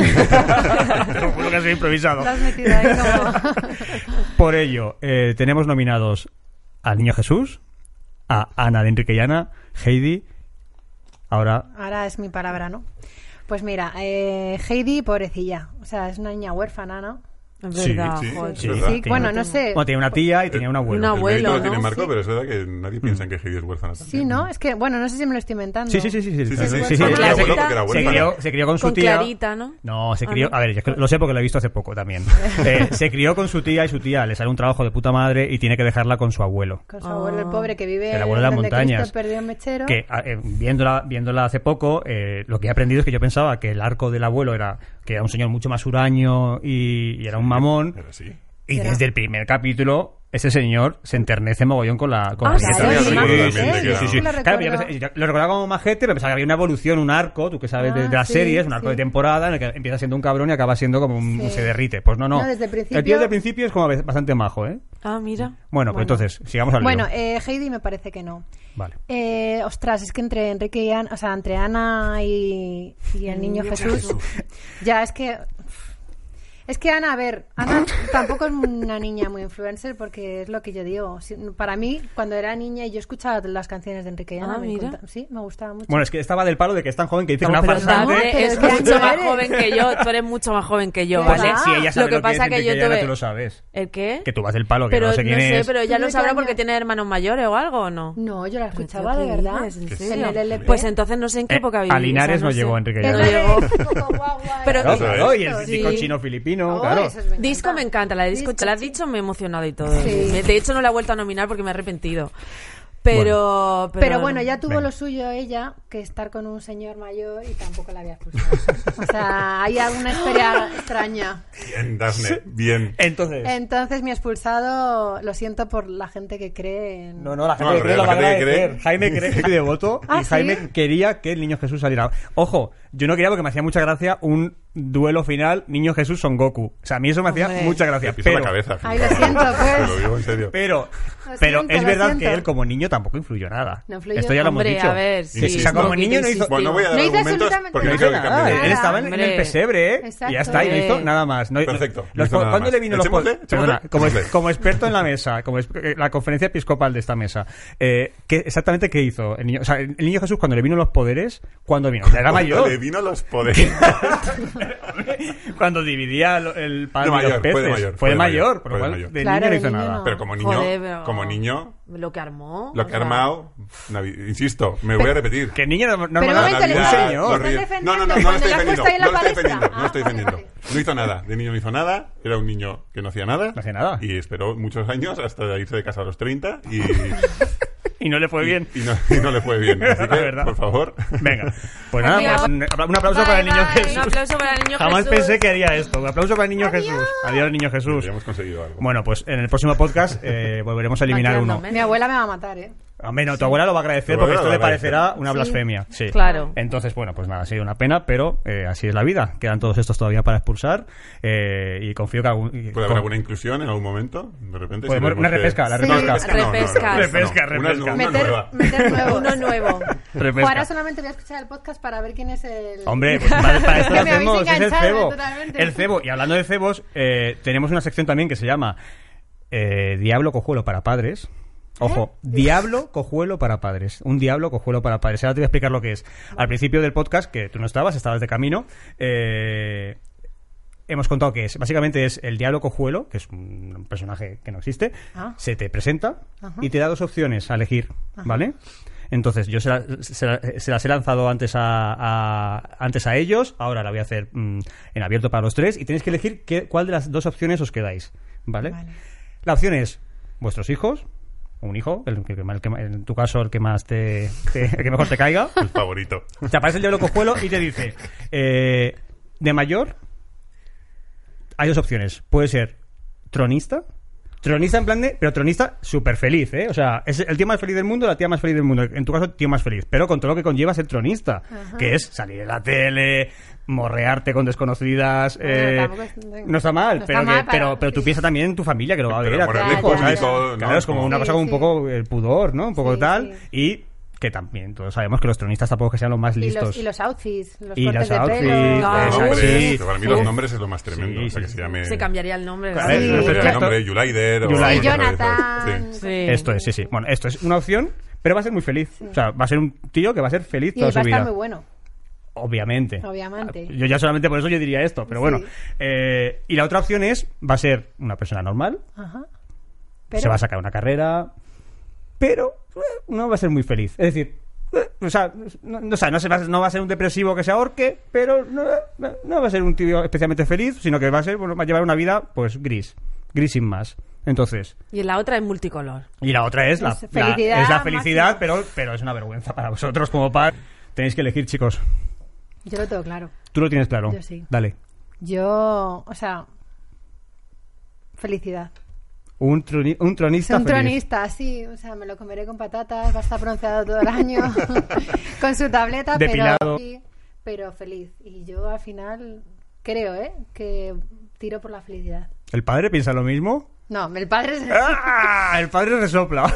Speaker 2: Te lo juro que soy improvisado.
Speaker 6: Lo has metido ahí como...
Speaker 2: Por ello, tenemos nominados al Niño Jesús, a Ana de Enrique y Ana, Heidi. Ahora,
Speaker 6: Ahora es mi palabra, ¿no? Pues mira, Heidi, pobrecilla. O sea, es una niña huérfana, ¿no?
Speaker 4: Es
Speaker 3: Sí,
Speaker 4: verdad,
Speaker 3: sí,
Speaker 4: joder.
Speaker 3: sí, verdad.
Speaker 6: Sí, bueno, no sé.
Speaker 2: bueno, tiene una tía y tenía un abuelo.
Speaker 4: Una
Speaker 3: El
Speaker 4: abuelo,
Speaker 3: mérito lo
Speaker 4: ¿no?
Speaker 3: tiene Marco,
Speaker 6: Sí.
Speaker 3: pero es verdad que nadie piensa en que Heidi es huérfana también.
Speaker 6: Sí, ¿no? Es que, bueno, no sé si me lo estoy inventando.
Speaker 2: Sí.
Speaker 3: Sí, sí.
Speaker 4: Con
Speaker 3: Era abuelo
Speaker 4: Clarita.
Speaker 3: porque era
Speaker 2: Se
Speaker 3: huérfana.
Speaker 2: crió con su
Speaker 4: Con
Speaker 2: tía.
Speaker 4: Clarita, ¿no?
Speaker 2: No, se
Speaker 4: Ah,
Speaker 2: crió.
Speaker 4: ¿no?
Speaker 2: A ver, yo lo sé porque lo he visto hace poco también. Se crió con su tía y su tía le sale un trabajo de puta madre y tiene que dejarla con su abuelo.
Speaker 6: Con su abuelo, el pobre, que vive
Speaker 2: El abuelo de las
Speaker 6: donde
Speaker 2: montañas.
Speaker 6: Cristo perdió un mechero.
Speaker 2: Que viéndola hace poco, lo que he aprendido es que yo pensaba que el arco del abuelo era que era un señor mucho más huraño y era un mamón.
Speaker 3: Pero sí.
Speaker 2: Y
Speaker 6: Era.
Speaker 2: desde el primer capítulo, ese señor se enternece mogollón con la
Speaker 4: Ah,
Speaker 2: nieta.
Speaker 4: sí,
Speaker 3: sí,
Speaker 4: sí,
Speaker 3: sí,
Speaker 2: sí.
Speaker 6: Lo
Speaker 2: Claro,
Speaker 6: recuerdo.
Speaker 2: yo lo recordaba como majete, pero pensaba que había una evolución, un arco, tú que sabes de las
Speaker 6: sí,
Speaker 2: series, un arco
Speaker 6: sí.
Speaker 2: de temporada en el que empieza siendo un cabrón y acaba siendo como
Speaker 6: Sí.
Speaker 2: se derrite. Pues no.
Speaker 6: No, desde el principio-
Speaker 2: El tío desde el principio es como bastante majo, ¿eh?
Speaker 4: Ah, mira.
Speaker 2: Bueno, pues entonces, sigamos al lío.
Speaker 6: Bueno, Heidi me parece que no.
Speaker 2: Vale.
Speaker 6: Ostras, es que entre Enrique y Ana, o sea, entre Ana y el niño Jesús, ya es que... Es que Ana, a ver, Ana tampoco es una niña muy influencer porque es lo que yo digo. Para mí, cuando era niña y yo escuchaba las canciones de Enrique y Ana,
Speaker 4: Ah, mira.
Speaker 6: sí, me gustaba mucho.
Speaker 2: Bueno, es que estaba del palo de que es tan joven que dice
Speaker 4: Pero
Speaker 2: una frase
Speaker 4: Daphne
Speaker 6: pero
Speaker 4: es
Speaker 6: es que
Speaker 4: mucho
Speaker 6: año
Speaker 4: más
Speaker 6: eres.
Speaker 4: joven que yo. Tú eres mucho más joven que yo,
Speaker 6: Pues
Speaker 4: ¿vale?
Speaker 6: sí,
Speaker 2: si ella sabe
Speaker 4: Lo que
Speaker 2: lo
Speaker 4: pasa
Speaker 2: es
Speaker 4: que
Speaker 2: Enrique
Speaker 4: yo
Speaker 2: y Ana,
Speaker 4: tuve...
Speaker 2: tú lo sabes.
Speaker 4: ¿El qué?
Speaker 2: Que tú vas del palo, que
Speaker 4: Pero
Speaker 2: no sé quién es.
Speaker 4: pero ella lo
Speaker 6: ¿De qué
Speaker 4: sabrá
Speaker 6: año?
Speaker 4: porque tiene hermanos mayores o algo, ¿o no?
Speaker 6: No, yo la
Speaker 4: Pero,
Speaker 6: escuchaba
Speaker 4: tío,
Speaker 6: de
Speaker 4: ¿qué
Speaker 6: verdad.
Speaker 4: dices? ¿En
Speaker 3: Que
Speaker 4: serio?
Speaker 6: En el LP.
Speaker 4: Pues entonces no sé en qué época vivía.
Speaker 2: A Linares no llegó Enrique y
Speaker 6: Es
Speaker 2: Ana.
Speaker 6: la de
Speaker 4: llegó.
Speaker 6: Coco Guagua,
Speaker 4: Pero-
Speaker 2: Claro,
Speaker 3: Eso
Speaker 2: claro,
Speaker 3: es.
Speaker 2: y el
Speaker 4: Sí.
Speaker 2: típico chino filipino. vino,
Speaker 6: Oh,
Speaker 2: claro.
Speaker 6: eso es
Speaker 4: Disco me encanta, la de disco, te la has dicho, me he emocionado y todo. De hecho, no la he vuelto a nominar porque me he arrepentido. Pero
Speaker 6: bueno, ya tuvo
Speaker 2: Venga.
Speaker 6: lo suyo ella, que estar con un señor mayor y tampoco la había expulsado. O sea, hay alguna historia extraña.
Speaker 3: Bien, Dafne, bien.
Speaker 6: Entonces mi expulsado, lo siento por la gente que cree en...
Speaker 2: No, la gente
Speaker 3: No,
Speaker 2: que cree lo va a
Speaker 3: la gente que
Speaker 2: agradecer.
Speaker 3: cree.
Speaker 2: Jaime cree que es devoto
Speaker 6: ¿Ah,
Speaker 2: y Jaime
Speaker 6: sí?
Speaker 2: quería que el Niño Jesús saliera. Ojo, yo no quería porque me hacía mucha gracia un duelo final Niño Jesús Son Goku. O sea, a mí eso me hacía
Speaker 4: Hombre.
Speaker 2: mucha gracia.
Speaker 3: Te piso
Speaker 2: Pero,
Speaker 3: la cabeza.
Speaker 6: Ay, lo siento, pues.
Speaker 3: Te lo digo en serio.
Speaker 2: pero
Speaker 6: siento,
Speaker 2: es
Speaker 6: lo
Speaker 2: verdad
Speaker 6: siento.
Speaker 2: que él como niño tampoco influyó nada.
Speaker 6: No influyó.
Speaker 2: Esto ya lo hemos
Speaker 4: Hombre,
Speaker 2: dicho.
Speaker 4: a ver, sí.
Speaker 2: Que, o sea, como
Speaker 4: Un
Speaker 2: niño no hizo...
Speaker 4: poquito
Speaker 3: Bueno, no voy a dar
Speaker 6: No hizo
Speaker 3: argumentos
Speaker 6: absolutamente
Speaker 3: porque
Speaker 2: No
Speaker 3: no
Speaker 2: hizo
Speaker 3: creo que
Speaker 2: nada,
Speaker 3: cambie.
Speaker 2: él estaba en el
Speaker 4: Hombre.
Speaker 2: pesebre, ¿eh?
Speaker 6: Exacto.
Speaker 2: Y ya está, y no hizo
Speaker 4: Hombre.
Speaker 2: nada más. No,
Speaker 3: Perfecto, no hizo nada
Speaker 2: ¿Cuándo
Speaker 3: más.
Speaker 2: le vino los
Speaker 3: Echémosle,
Speaker 2: poderes? Perdona,
Speaker 3: echémosle.
Speaker 2: como experto en la mesa, la conferencia episcopal de esta mesa, exactamente qué hizo el niño? O sea, el Niño Jesús cuando le vino los poderes, ¿cuándo vino? Ya era
Speaker 3: Cuando
Speaker 2: mayor.
Speaker 3: le vino los poderes.
Speaker 2: Cuando dividía el pan
Speaker 3: De
Speaker 2: y los
Speaker 3: mayor,
Speaker 2: peces.
Speaker 3: fue de mayor,
Speaker 2: Fue de mayor, por lo
Speaker 3: fue de
Speaker 2: cual
Speaker 3: mayor.
Speaker 2: de
Speaker 6: Claro,
Speaker 2: niño no
Speaker 6: de
Speaker 2: hizo
Speaker 6: niño
Speaker 2: nada.
Speaker 6: no.
Speaker 3: Pero como niño,
Speaker 4: Joder, pero-
Speaker 3: como niño,
Speaker 4: lo que armó.
Speaker 3: lo
Speaker 4: o
Speaker 3: que
Speaker 4: sea,
Speaker 3: ha armado, insisto, me voy a repetir.
Speaker 2: Que niño no,
Speaker 6: Pero un
Speaker 2: no,
Speaker 6: momento,
Speaker 2: un
Speaker 6: le
Speaker 3: Navidad,
Speaker 6: estás
Speaker 2: señor.
Speaker 3: los Reyes-
Speaker 6: defendiendo
Speaker 3: no lo
Speaker 6: cuando
Speaker 3: estoy
Speaker 6: le has
Speaker 3: defendiendo,
Speaker 6: puesto ahí en la
Speaker 3: no lo estoy
Speaker 6: palestra.
Speaker 3: defendiendo, no lo estoy
Speaker 6: Ah, vale,
Speaker 3: defendiendo. No hizo nada, de niño no hizo nada, era un niño que no hacía nada.
Speaker 2: No hacía nada.
Speaker 3: Y esperó muchos años hasta irse de casa a los 30
Speaker 2: Y no le fue bien.
Speaker 3: y no le fue bien. Así
Speaker 2: La
Speaker 3: que,
Speaker 2: verdad.
Speaker 3: por favor.
Speaker 2: Venga, pues nada,
Speaker 6: Adiós.
Speaker 2: pues un aplauso
Speaker 6: Bye,
Speaker 2: para el Niño
Speaker 6: bye.
Speaker 2: Jesús.
Speaker 4: Un aplauso para el niño
Speaker 2: Jamás
Speaker 4: Jesús.
Speaker 2: pensé que haría esto. Un aplauso para el Niño Jesús. Adiós, Niño Jesús.
Speaker 3: Ya hemos conseguido algo.
Speaker 2: Bueno, pues en el próximo podcast volveremos a eliminar uno.
Speaker 4: Maquillándome.
Speaker 6: Mi abuela me va a matar, ¿eh?
Speaker 2: Hombre, no, tu abuela lo va a agradecer
Speaker 3: Tu
Speaker 2: porque
Speaker 3: abuela
Speaker 2: esto
Speaker 3: lo
Speaker 2: le
Speaker 3: va a agradecer.
Speaker 2: parecerá una blasfemia. Sí.
Speaker 4: Claro.
Speaker 2: Entonces, bueno, pues nada, ha sido una pena, pero así es la vida. Quedan todos estos todavía para expulsar y confío que
Speaker 3: ¿Puede haber alguna inclusión en algún momento? De repente.
Speaker 2: Podemos-
Speaker 3: vemos
Speaker 2: una
Speaker 3: que-
Speaker 2: repesca, la
Speaker 6: Sí.
Speaker 2: repesca.
Speaker 4: Repesca.
Speaker 2: Repesca.
Speaker 3: Una nueva.
Speaker 6: Meter nuevos.
Speaker 4: Uno nuevo.
Speaker 2: Repesca.
Speaker 6: Ahora solamente voy a escuchar el podcast para ver quién es el...
Speaker 2: Hombre, pues para esto lo
Speaker 6: Que me habéis
Speaker 2: hacemos, es el
Speaker 6: enganchado,
Speaker 2: cebo.
Speaker 6: totalmente.
Speaker 2: El cebo. Y hablando de cebos, tenemos una sección también que se llama Diablo Cojuelo para Padres. Ojo, Diablo Cojuelo para Padres. Un Diablo Cojuelo para Padres. Ahora te voy a explicar lo que es. Al principio del podcast, que tú no estabas de camino, hemos contado que es. Básicamente es el Diablo Cojuelo, que es un personaje que no existe,
Speaker 6: Ah.
Speaker 2: se te presenta
Speaker 6: Ajá.
Speaker 2: y te da dos opciones a elegir, ¿vale? Entonces, yo se las he lanzado antes a ellos, ahora la voy a hacer en abierto para los tres, y tenéis que elegir cuál de las dos opciones os quedáis, ¿vale?
Speaker 6: Vale.
Speaker 2: La opción es vuestros hijos, o un hijo, en tu caso el que más el que mejor te caiga.
Speaker 3: El favorito.
Speaker 2: Te aparece el Diablo Cojuelo y te dice, de mayor, hay dos opciones. Puede ser tronista en plan de... Pero tronista súper feliz, ¿eh? O sea, es el tío más feliz del mundo, la tía más feliz del mundo. En tu caso, tío más feliz. Pero con todo lo que conlleva ser tronista. Que es salir en la tele, morrearte con desconocidas...
Speaker 6: Bueno, tampoco
Speaker 2: no está mal,
Speaker 6: no está
Speaker 2: pero,
Speaker 6: mal para-
Speaker 2: pero tú
Speaker 6: sí.
Speaker 2: piensas también en tu familia que lo va a
Speaker 3: Pero
Speaker 2: ver.
Speaker 3: morrearte
Speaker 6: en
Speaker 2: ¿sabes?
Speaker 6: público,
Speaker 3: ¿no?
Speaker 2: Claro, es como una
Speaker 6: Sí,
Speaker 2: cosa como un
Speaker 6: sí.
Speaker 2: poco el pudor, ¿no? Un poco
Speaker 6: Sí,
Speaker 2: tal.
Speaker 6: sí.
Speaker 2: Y que también todos sabemos que los tronistas tampoco que sean los más listos.
Speaker 6: Y los outfits, los
Speaker 2: Y
Speaker 6: cortes
Speaker 2: los
Speaker 6: de
Speaker 2: outfits,
Speaker 6: pelo.
Speaker 4: No,
Speaker 3: Los
Speaker 2: Esa,
Speaker 3: nombres,
Speaker 2: sí.
Speaker 3: que para mí los nombres es lo más tremendo.
Speaker 2: Sí,
Speaker 3: O sea, que
Speaker 2: sí,
Speaker 3: se llame...
Speaker 4: Se cambiaría el nombre.
Speaker 2: Claro,
Speaker 6: Sí.
Speaker 3: Se llame
Speaker 2: Yo-
Speaker 3: el nombre Yulaider o...
Speaker 2: Yulaider.
Speaker 6: Sí,
Speaker 3: cosas de esas.
Speaker 6: Jonathan.
Speaker 3: Sí.
Speaker 4: Sí.
Speaker 2: Esto es, sí. Bueno, esto es una opción, pero va a ser muy feliz. O sea, va a ser un tío que va a ser feliz
Speaker 6: Y
Speaker 2: toda
Speaker 6: va
Speaker 2: su
Speaker 6: a estar
Speaker 2: vida.
Speaker 6: muy bueno.
Speaker 2: Obviamente.
Speaker 6: Obviamente.
Speaker 2: Yo ya solamente por eso yo diría esto, pero
Speaker 6: Sí.
Speaker 2: bueno. Y la otra opción va a ser una persona normal,
Speaker 6: Ajá.
Speaker 2: se va a sacar una carrera, pero no va a ser muy feliz. Es decir, o sea, no va a ser un depresivo que se ahorque, pero no va a ser un tío especialmente feliz, sino que va a llevar una vida, pues, gris sin más. Entonces,
Speaker 4: Y la otra es multicolor.
Speaker 2: y la otra es la
Speaker 6: Es felicidad
Speaker 2: es la felicidad,
Speaker 6: máxima.
Speaker 2: pero es una vergüenza para vosotros como par. Tenéis que elegir, chicos.
Speaker 6: Yo lo tengo claro.
Speaker 2: Tú lo tienes claro.
Speaker 6: Yo sí.
Speaker 2: Dale.
Speaker 6: Yo, o sea, felicidad.
Speaker 2: Un tronista
Speaker 6: Un
Speaker 2: feliz.
Speaker 6: tronista, sí, o sea, me lo comeré con patatas, va a estar bronceado todo el año, con su tableta,
Speaker 2: Depilado.
Speaker 6: pero feliz. Y yo al final creo, que tiro por la felicidad.
Speaker 2: ¿El padre piensa lo mismo?
Speaker 6: No, el padre es...
Speaker 2: ¡Ah! El padre resopla.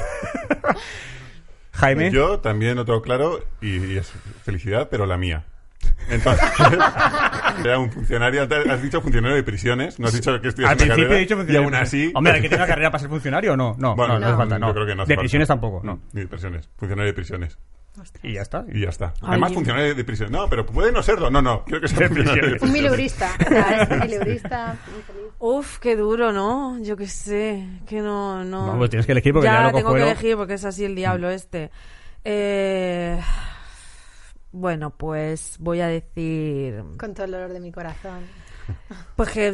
Speaker 2: Jaime.
Speaker 3: Yo también lo tengo claro y es felicidad, pero la mía. Entonces, era un funcionario, has dicho funcionario de prisiones, no has dicho que estudias
Speaker 2: Al
Speaker 3: una
Speaker 2: principio
Speaker 3: carrera,
Speaker 2: he dicho
Speaker 3: y
Speaker 2: funcionario.
Speaker 3: aún así...
Speaker 2: Hombre, ¿hay que tener una carrera para ser funcionario o no? No,
Speaker 3: Bueno,
Speaker 2: no hace falta, no.
Speaker 3: yo creo que no hace
Speaker 2: De
Speaker 3: falta.
Speaker 2: prisiones tampoco, no.
Speaker 3: Ni de prisiones, funcionario de prisiones.
Speaker 2: Y ya está.
Speaker 3: Y ya está.
Speaker 4: Ay,
Speaker 3: Además,
Speaker 4: yo-
Speaker 3: funcionario de prisiones. No, pero puede no serlo. No, quiero que sea
Speaker 2: De
Speaker 3: funcionario de
Speaker 2: prisiones.
Speaker 6: Un
Speaker 3: prisiones.
Speaker 6: mileurista, o sea, es un mileurista muy feliz.
Speaker 4: Uf, qué duro, ¿no? Yo qué sé, que no...
Speaker 2: No, pues tienes que elegir porque
Speaker 4: ya
Speaker 2: ya lo
Speaker 4: tengo que
Speaker 2: cojuelo-
Speaker 4: elegir porque es así el diablo este. Bueno, pues voy a decir...
Speaker 6: Con todo el dolor de mi corazón.
Speaker 4: Pues que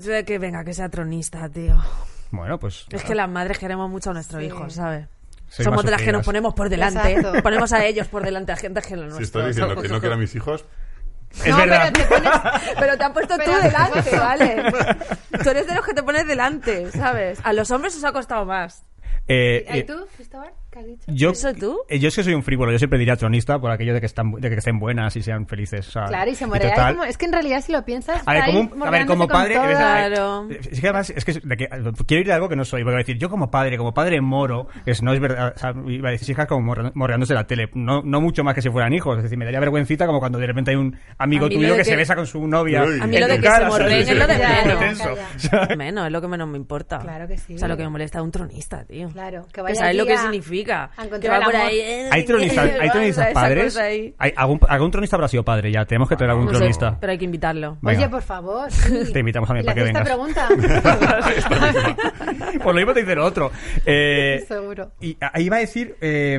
Speaker 4: sea tronista, tío.
Speaker 2: Bueno, pues...
Speaker 4: Es que las madres queremos mucho a nuestros hijos, ¿sabes?
Speaker 2: Sois
Speaker 4: Somos
Speaker 2: más
Speaker 4: de las que nos
Speaker 2: sufridas.
Speaker 4: ponemos por delante.
Speaker 6: Exacto.
Speaker 4: Ponemos a ellos por delante a gente que no nuestro.
Speaker 3: Si estoy diciendo que no quiero a mis hijos,
Speaker 2: Es
Speaker 6: No,
Speaker 2: verdad.
Speaker 6: pero te pones...
Speaker 4: Pero te han puesto tú
Speaker 6: Pero-
Speaker 4: delante, ¿vale? Tú eres de los que te pones delante, ¿sabes? A los hombres os ha costado más.
Speaker 6: ¿Y tú, Cristóbal? ¿Qué has dicho?
Speaker 2: Yo,
Speaker 4: ¿Eso tú?
Speaker 2: yo es que soy un frívolo, yo siempre diría tronista por aquello de que estén buenas y sean felices. O sea,
Speaker 6: Claro, y se muere.
Speaker 2: total-
Speaker 6: Es que en realidad, si lo piensas,
Speaker 2: A ver,
Speaker 6: está ahí
Speaker 2: como
Speaker 6: morreándose
Speaker 2: padre,
Speaker 6: con
Speaker 2: ves,
Speaker 6: todas.
Speaker 4: Claro.
Speaker 2: es que además quiero ir de algo que no soy, porque voy a decir, yo como padre moro, no es verdad, o sea, iba a decir hijas como morreándose la tele, no mucho más que si fueran hijos, es decir, me daría vergüencita como cuando de repente hay un amigo
Speaker 4: A mí lo
Speaker 2: tuyo
Speaker 4: de
Speaker 2: que se
Speaker 4: que-
Speaker 2: besa con su novia.
Speaker 3: Uy.
Speaker 4: A mí lo
Speaker 2: en
Speaker 4: de
Speaker 2: tu
Speaker 4: que se
Speaker 2: cara,
Speaker 4: morreen
Speaker 2: ¿sabes?
Speaker 4: es lo de
Speaker 2: Es muy
Speaker 4: menos.
Speaker 2: tenso.
Speaker 4: Menos, es lo que menos me importa.
Speaker 6: Claro que sí.
Speaker 4: O sea, lo que me molesta es un tronista, tío.
Speaker 6: Claro, que
Speaker 4: Que
Speaker 6: vaya
Speaker 4: sabes lo
Speaker 6: aquí
Speaker 4: que
Speaker 6: a-
Speaker 4: significa.
Speaker 6: a
Speaker 4: Que
Speaker 6: encontrar
Speaker 4: va por
Speaker 6: el amor.
Speaker 4: ahí.
Speaker 2: ¿Hay tronistas
Speaker 4: Esa
Speaker 2: padres?
Speaker 4: cosa ahí.
Speaker 2: ¿Algún tronista habrá sido padre ya? Tenemos que tener algún
Speaker 4: No sé,
Speaker 2: tronista.
Speaker 4: pero hay que invitarlo.
Speaker 2: Venga.
Speaker 6: Oye, por favor, sí.
Speaker 2: Te invitamos a mí
Speaker 6: ¿Y
Speaker 2: para
Speaker 6: le
Speaker 2: que
Speaker 6: haces
Speaker 2: vengas.
Speaker 6: esta pregunta?
Speaker 2: Pues lo mismo te dice lo otro.
Speaker 6: Seguro.
Speaker 2: Y ahí iba a decir,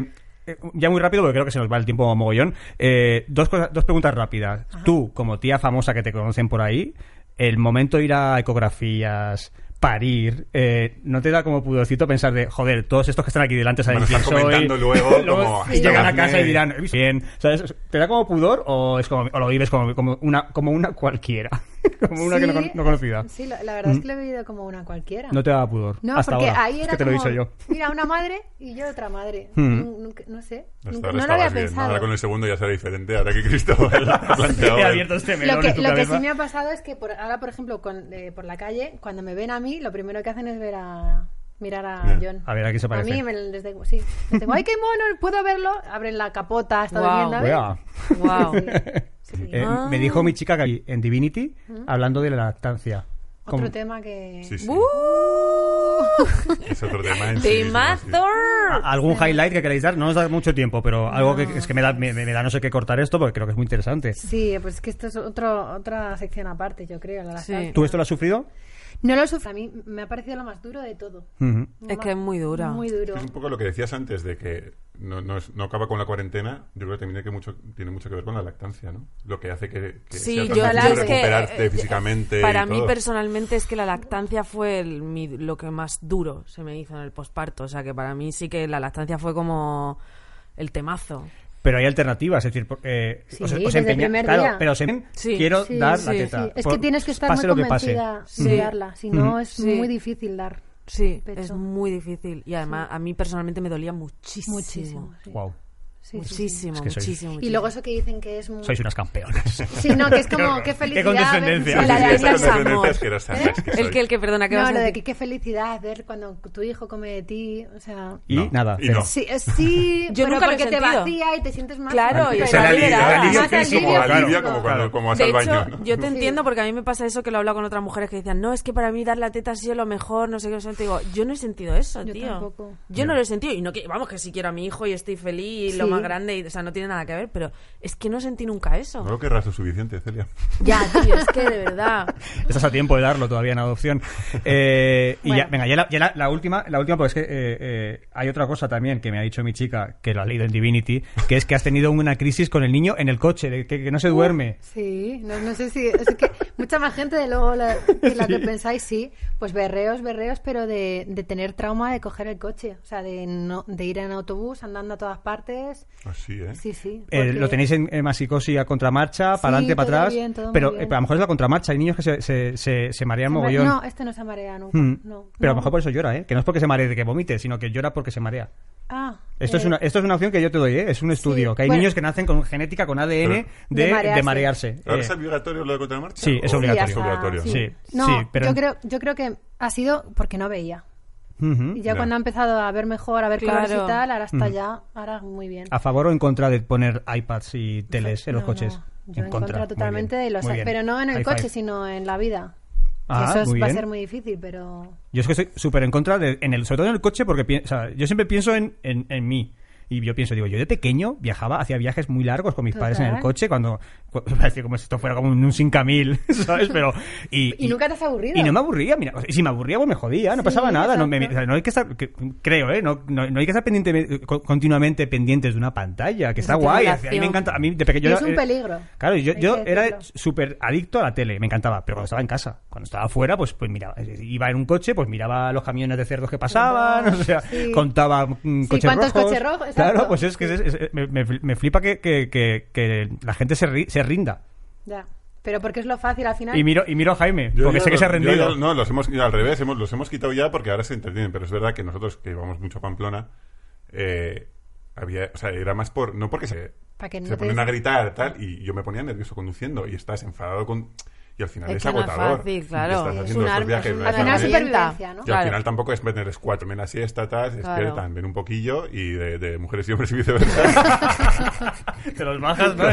Speaker 2: ya muy rápido, porque creo que se nos va el tiempo a mogollón, dos preguntas rápidas. Tú, como tía famosa que te conocen por ahí, el momento de ir a ecografías, parir, ¿no te da como pudorcito pensar de, joder, todos estos que están aquí delante saben
Speaker 3: Van a
Speaker 2: quién
Speaker 3: estar
Speaker 2: soy?
Speaker 3: comentando luego como,
Speaker 2: y llegan a
Speaker 3: "Hazme".
Speaker 2: casa y dirán, "He visto bien", ¿sabes? ¿Te da como pudor o lo vives como una cualquiera? Como una que
Speaker 6: Sí,
Speaker 2: no conocida.
Speaker 6: Sí, la verdad es que lo he vivido como una cualquiera.
Speaker 2: No te da pudor.
Speaker 6: No,
Speaker 2: hasta
Speaker 6: porque
Speaker 2: ahora.
Speaker 6: ahí era
Speaker 2: es que te lo he
Speaker 6: como,
Speaker 2: dicho yo.
Speaker 6: mira, una madre y yo otra madre. No sé,
Speaker 3: Hasta
Speaker 6: nunca-
Speaker 3: ahora
Speaker 6: no lo había
Speaker 3: estabas bien, ¿no?
Speaker 6: pensado.
Speaker 3: Ahora con el segundo ya será diferente, ahora que Cristóbal ha planteado
Speaker 2: He
Speaker 3: el-
Speaker 2: abierto este melón
Speaker 6: Lo que
Speaker 2: en tu
Speaker 6: sí
Speaker 2: cabeza.
Speaker 6: me ha pasado es que ahora, por ejemplo, por la calle, cuando me ven a mí, lo primero que hacen es mirar a
Speaker 3: Ya.
Speaker 6: John.
Speaker 2: A ver, ¿a qué se parece?
Speaker 6: A mí les digo, sí. Les digo, ¡ay, qué mono! ¿Puedo verlo? Abren la capota, está
Speaker 4: Guau.
Speaker 6: durmiendo.
Speaker 2: Wea.
Speaker 4: Wow.
Speaker 6: Sí.
Speaker 2: Me dijo mi chica que en Divinity, hablando de la lactancia.
Speaker 6: Otro tema que...
Speaker 3: Sí, sí.
Speaker 4: ¡Uh!
Speaker 3: Es otro tema en sí mismo, sí.
Speaker 4: ¡Timazo!
Speaker 2: ¿Algún highlight que queráis dar? No nos da mucho tiempo, pero algo que es que me da no sé qué cortar esto porque creo que es muy interesante.
Speaker 6: Sí, pues es que esto es otra sección aparte, yo creo. La
Speaker 4: Sí.
Speaker 6: lactancia.
Speaker 2: ¿Tú esto lo has sufrido?
Speaker 6: No lo sufro. A mí me ha parecido lo más duro de todo.
Speaker 2: Ujú.
Speaker 4: Es que es muy dura.
Speaker 6: Muy duro.
Speaker 3: Es un poco lo que decías antes de que no acaba con la cuarentena. Yo creo que también tiene mucho que ver con la lactancia, ¿no? Lo que hace que
Speaker 4: Sí,
Speaker 3: sea tan
Speaker 4: yo
Speaker 3: difícil
Speaker 4: es que,
Speaker 3: recuperarte físicamente.
Speaker 4: para
Speaker 3: y
Speaker 4: mí
Speaker 3: todo.
Speaker 4: personalmente es que la lactancia fue lo que más duro se me hizo en el posparto. O sea que para mí sí que la lactancia fue como el temazo.
Speaker 2: Pero hay alternativas, es decir,
Speaker 6: Sí,
Speaker 2: os
Speaker 6: desde el primer
Speaker 2: claro,
Speaker 6: día.
Speaker 2: pero
Speaker 4: Sí.
Speaker 2: quiero
Speaker 6: Sí,
Speaker 2: dar
Speaker 6: sí,
Speaker 2: la
Speaker 6: sí.
Speaker 2: teta.
Speaker 6: Es que tienes que estar muy
Speaker 2: pase lo que pase.
Speaker 6: convencida de darla. Si no, es
Speaker 4: Sí.
Speaker 6: muy difícil dar.
Speaker 4: Sí,
Speaker 6: Pecho.
Speaker 4: es muy difícil. Y además a mí personalmente me dolía muchísimo.
Speaker 6: Muchísimo. Sí.
Speaker 2: Wow,
Speaker 6: Sí, sí, sí.
Speaker 4: Muchísimo,
Speaker 2: Es que sois-
Speaker 4: muchísimo.
Speaker 6: Y luego eso que dicen que es muy...
Speaker 2: sois unas campeonas.
Speaker 6: Sí, no, que es como, qué felicidad.
Speaker 2: condescendencia.
Speaker 6: ver-
Speaker 4: La
Speaker 3: Sí,
Speaker 4: alegría
Speaker 3: esa
Speaker 4: es
Speaker 3: condescendencia
Speaker 4: amor.
Speaker 3: asquerosa, es que soy.
Speaker 4: El que, perdona, ¿qué
Speaker 6: No,
Speaker 4: vas a
Speaker 6: lo de
Speaker 4: decir?
Speaker 6: que qué felicidad ver cuando tu hijo come de ti, o sea...
Speaker 2: Y
Speaker 3: No,
Speaker 2: nada,
Speaker 3: y
Speaker 2: cero.
Speaker 3: no.
Speaker 6: Sí, sí,
Speaker 4: Yo
Speaker 6: pero
Speaker 4: nunca lo he
Speaker 6: porque te
Speaker 4: sentido.
Speaker 6: vacía y te sientes más...
Speaker 4: Claro, y
Speaker 6: pero
Speaker 3: Es el alivio,
Speaker 4: liberada.
Speaker 3: alivio
Speaker 6: Más
Speaker 3: físico,
Speaker 6: alivio
Speaker 3: alivio
Speaker 6: físico.
Speaker 3: como
Speaker 2: Claro.
Speaker 3: como vas
Speaker 4: De
Speaker 3: al
Speaker 4: hecho,
Speaker 3: baño, ¿no?
Speaker 4: yo te entiendo porque a mí me pasa eso que lo he hablado con otras mujeres que decían, no, es que para mí dar la teta ha sido lo mejor, no sé qué, no sé. Te digo, yo no he sentido eso,
Speaker 6: Yo
Speaker 4: tío.
Speaker 6: tampoco.
Speaker 4: Yo no lo he sentido. Y no que, vamos, que si quiero a mi hijo y estoy feliz y lo
Speaker 6: Sí.
Speaker 4: más grande, y, o sea, no tiene nada que ver, pero es que no sentí nunca eso.
Speaker 3: No lo querrás lo suficiente, Celia.
Speaker 4: Ya, tío, es que de verdad.
Speaker 2: Estás a tiempo de darlo todavía en adopción. Y
Speaker 6: Bueno.
Speaker 2: ya, venga, ya la última, porque es que hay otra cosa también que me ha dicho mi chica, que lo ha leído en Divinity, que es que has tenido una crisis con el niño en el coche, de que no se duerme.
Speaker 6: Sí, no sé si... Es que mucha más gente de luego la que pensáis, sí, pues berreos, pero de tener trauma de coger el coche, o sea, de ir en autobús andando a todas partes.
Speaker 3: Así, ¿eh?
Speaker 6: Sí, sí.
Speaker 2: Lo
Speaker 6: porque-
Speaker 2: tenéis en masicosis a contramarcha,
Speaker 6: Sí,
Speaker 2: para adelante, para
Speaker 6: todo
Speaker 2: atrás,
Speaker 6: bien, todo muy
Speaker 2: pero,
Speaker 6: bien.
Speaker 2: pero a lo mejor es la contramarcha. Hay niños que se marean mogollón.
Speaker 6: No, este no se marea nunca.
Speaker 2: Mm.
Speaker 6: No,
Speaker 2: Pero a lo
Speaker 6: no.
Speaker 2: mejor por eso llora, ¿eh? Que no es porque se maree de que vomite, sino que llora porque se marea.
Speaker 6: Ah,
Speaker 2: Esto es una opción que yo te doy, ¿eh? Es un estudio. Que hay
Speaker 6: bueno.
Speaker 2: niños que nacen con genética, con ADN
Speaker 3: Pero-
Speaker 2: de marearse.
Speaker 3: ¿Ahora es obligatorio lo de contramarcha?
Speaker 2: sí, es
Speaker 3: ¿O
Speaker 2: obligatorio.
Speaker 3: Es obligatorio.
Speaker 2: Sí.
Speaker 6: No,
Speaker 2: sí, pero...
Speaker 6: yo creo que ha sido porque no veía.
Speaker 2: Ujú.
Speaker 6: Y ya
Speaker 3: Ya.
Speaker 6: cuando ha empezado a ver mejor, a ver
Speaker 4: Claro.
Speaker 6: colores y tal, ahora está ya, ahora muy bien.
Speaker 2: ¿A favor o en contra de poner iPads y teles en los
Speaker 6: No,
Speaker 2: coches?
Speaker 6: no, yo en contra
Speaker 2: Muy
Speaker 6: totalmente
Speaker 2: bien,
Speaker 6: de los...
Speaker 2: muy bien.
Speaker 6: Pero no en el
Speaker 2: High
Speaker 6: coche,
Speaker 2: five.
Speaker 6: sino en la vida.
Speaker 2: Ah,
Speaker 6: Y eso
Speaker 2: muy
Speaker 6: va a
Speaker 2: bien.
Speaker 6: ser muy difícil, pero...
Speaker 2: Yo es que estoy súper en contra, sobre todo en el coche, porque yo siempre pienso en mí. Y yo pienso, digo, yo de pequeño hacía viajes muy largos con mis padres en el coche, cuando parecía como si esto fuera como un 5.000, ¿sabes? Pero
Speaker 6: ¿Y nunca te has aburrido?
Speaker 2: Y no me aburría, mira, y si me aburría pues me jodía, no pasaba nada, no hay que estar, creo, no hay que estar continuamente pendientes de una pantalla, que está guay, a mí me encanta, a mí de pequeño
Speaker 6: es un peligro.
Speaker 2: Claro, yo era súper adicto a la tele, me encantaba, pero cuando estaba en casa, cuando estaba afuera, pues miraba, iba en un coche, pues miraba los camiones de cerdos que pasaban, o sea, contaba coches
Speaker 6: ¿cuántos
Speaker 2: rojos.
Speaker 6: Coches rojos?
Speaker 2: Claro, pues es que me flipa que la gente se rinda.
Speaker 6: Ya. Pero porque es lo fácil al final.
Speaker 2: Y miro a Jaime, porque sé que se ha rendido.
Speaker 3: No, los hemos al revés, los hemos quitado ya porque ahora se entretienen, pero es verdad que nosotros que íbamos mucho a Pamplona, era más no porque se ponen a gritar tal, y yo me ponía nervioso conduciendo y estás enfadado y al final es agotador.
Speaker 4: No es fácil, claro.
Speaker 3: Estás haciendo estos viajes.
Speaker 6: Al final es supervivencia, ¿no?
Speaker 3: Y al final tampoco es meterles 4 menos siesta, tal, se despiertan, ven un poquillo y de mujeres y hombres y viceversa.
Speaker 2: Te los bajas, ¿no?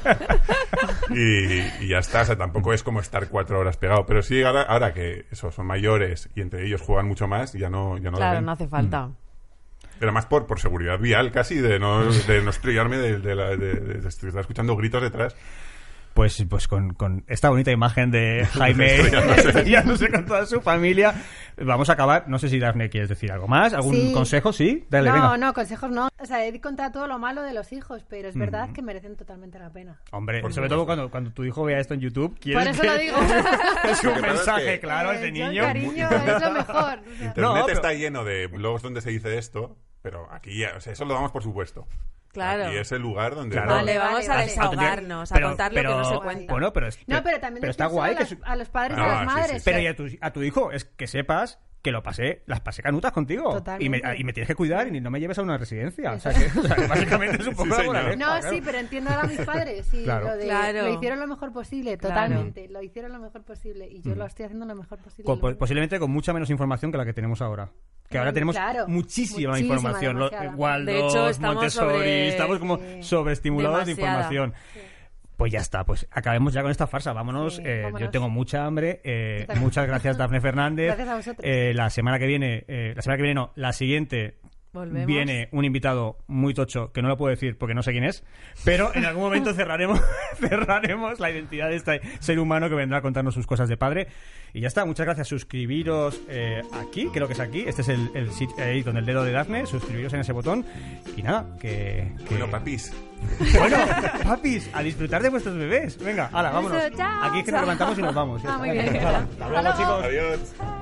Speaker 3: Y ya está, o sea, tampoco es como estar 4 horas pegado, pero sí ahora que son mayores y entre ellos juegan mucho más, ya no
Speaker 4: claro, no hace falta.
Speaker 3: Pero más por seguridad vial casi, de no estrellarme de estar escuchando gritos detrás.
Speaker 2: Pues con esta bonita imagen de Jaime estrellándose con toda su familia, vamos a acabar. No sé si Dafne quieres decir algo más, algún consejo, ¿sí? Dale, venga.
Speaker 6: No, consejos no. O sea, ir contra todo lo malo de los hijos, pero es verdad que merecen totalmente la pena.
Speaker 2: Hombre, sobre todo cuando tu hijo vea esto en YouTube, ¿quieres
Speaker 6: por eso
Speaker 2: que
Speaker 6: lo digo.
Speaker 2: es un mensaje claro a ese niño?
Speaker 6: Cariño, es lo mejor.
Speaker 3: Internet está lleno de blogs donde se dice esto, pero aquí, o sea, eso lo damos por supuesto.
Speaker 4: Claro.
Speaker 3: Y es el lugar donde...
Speaker 2: Claro.
Speaker 4: Vale, vamos a desahogarnos, a contar lo que no se cuenta.
Speaker 2: Bueno, pero
Speaker 6: también
Speaker 2: está guay
Speaker 6: a los padres y a las madres.
Speaker 2: Pero y a tu hijo, es que sepas que las pasé canutas contigo.
Speaker 6: Totalmente.
Speaker 2: Y me tienes que cuidar y no me lleves a una residencia. O sea, que básicamente es un poco la moraleja.
Speaker 6: No, sí, pero entiendo ahora a mis padres. Sí,
Speaker 2: claro.
Speaker 6: Lo hicieron lo mejor posible, totalmente. Lo hicieron lo mejor posible y yo lo estoy haciendo lo mejor posible.
Speaker 2: Posiblemente con mucha menos información que la que tenemos ahora. Que ahora tenemos muchísima información. Waldos,
Speaker 4: de hecho, estamos
Speaker 2: estamos como sobreestimulados de información. Sí. Pues ya está, pues acabemos ya con esta farsa. Vámonos. Yo tengo mucha hambre. Muchas gracias, Dafne Fernández.
Speaker 6: Gracias a vosotros.
Speaker 2: La semana que viene no, la siguiente.
Speaker 4: Volvemos.
Speaker 2: Viene un invitado muy tocho que no lo puedo decir porque no sé quién es, pero en algún momento cerraremos la identidad de este ser humano que vendrá a contarnos sus cosas de padre. Y ya está, muchas gracias. Suscribiros aquí, creo que es aquí. Este es el sitio ahí con el dedo de Dafne. Suscribiros en ese botón. Y nada,
Speaker 3: Bueno, papis.
Speaker 2: Bueno, papis, a disfrutar de vuestros bebés. Venga, hala, vámonos.
Speaker 4: Eso, chao,
Speaker 2: Aquí es que nos levantamos y nos vamos.
Speaker 6: Muy bien.
Speaker 2: Hasta luego, chicos.
Speaker 3: Adiós.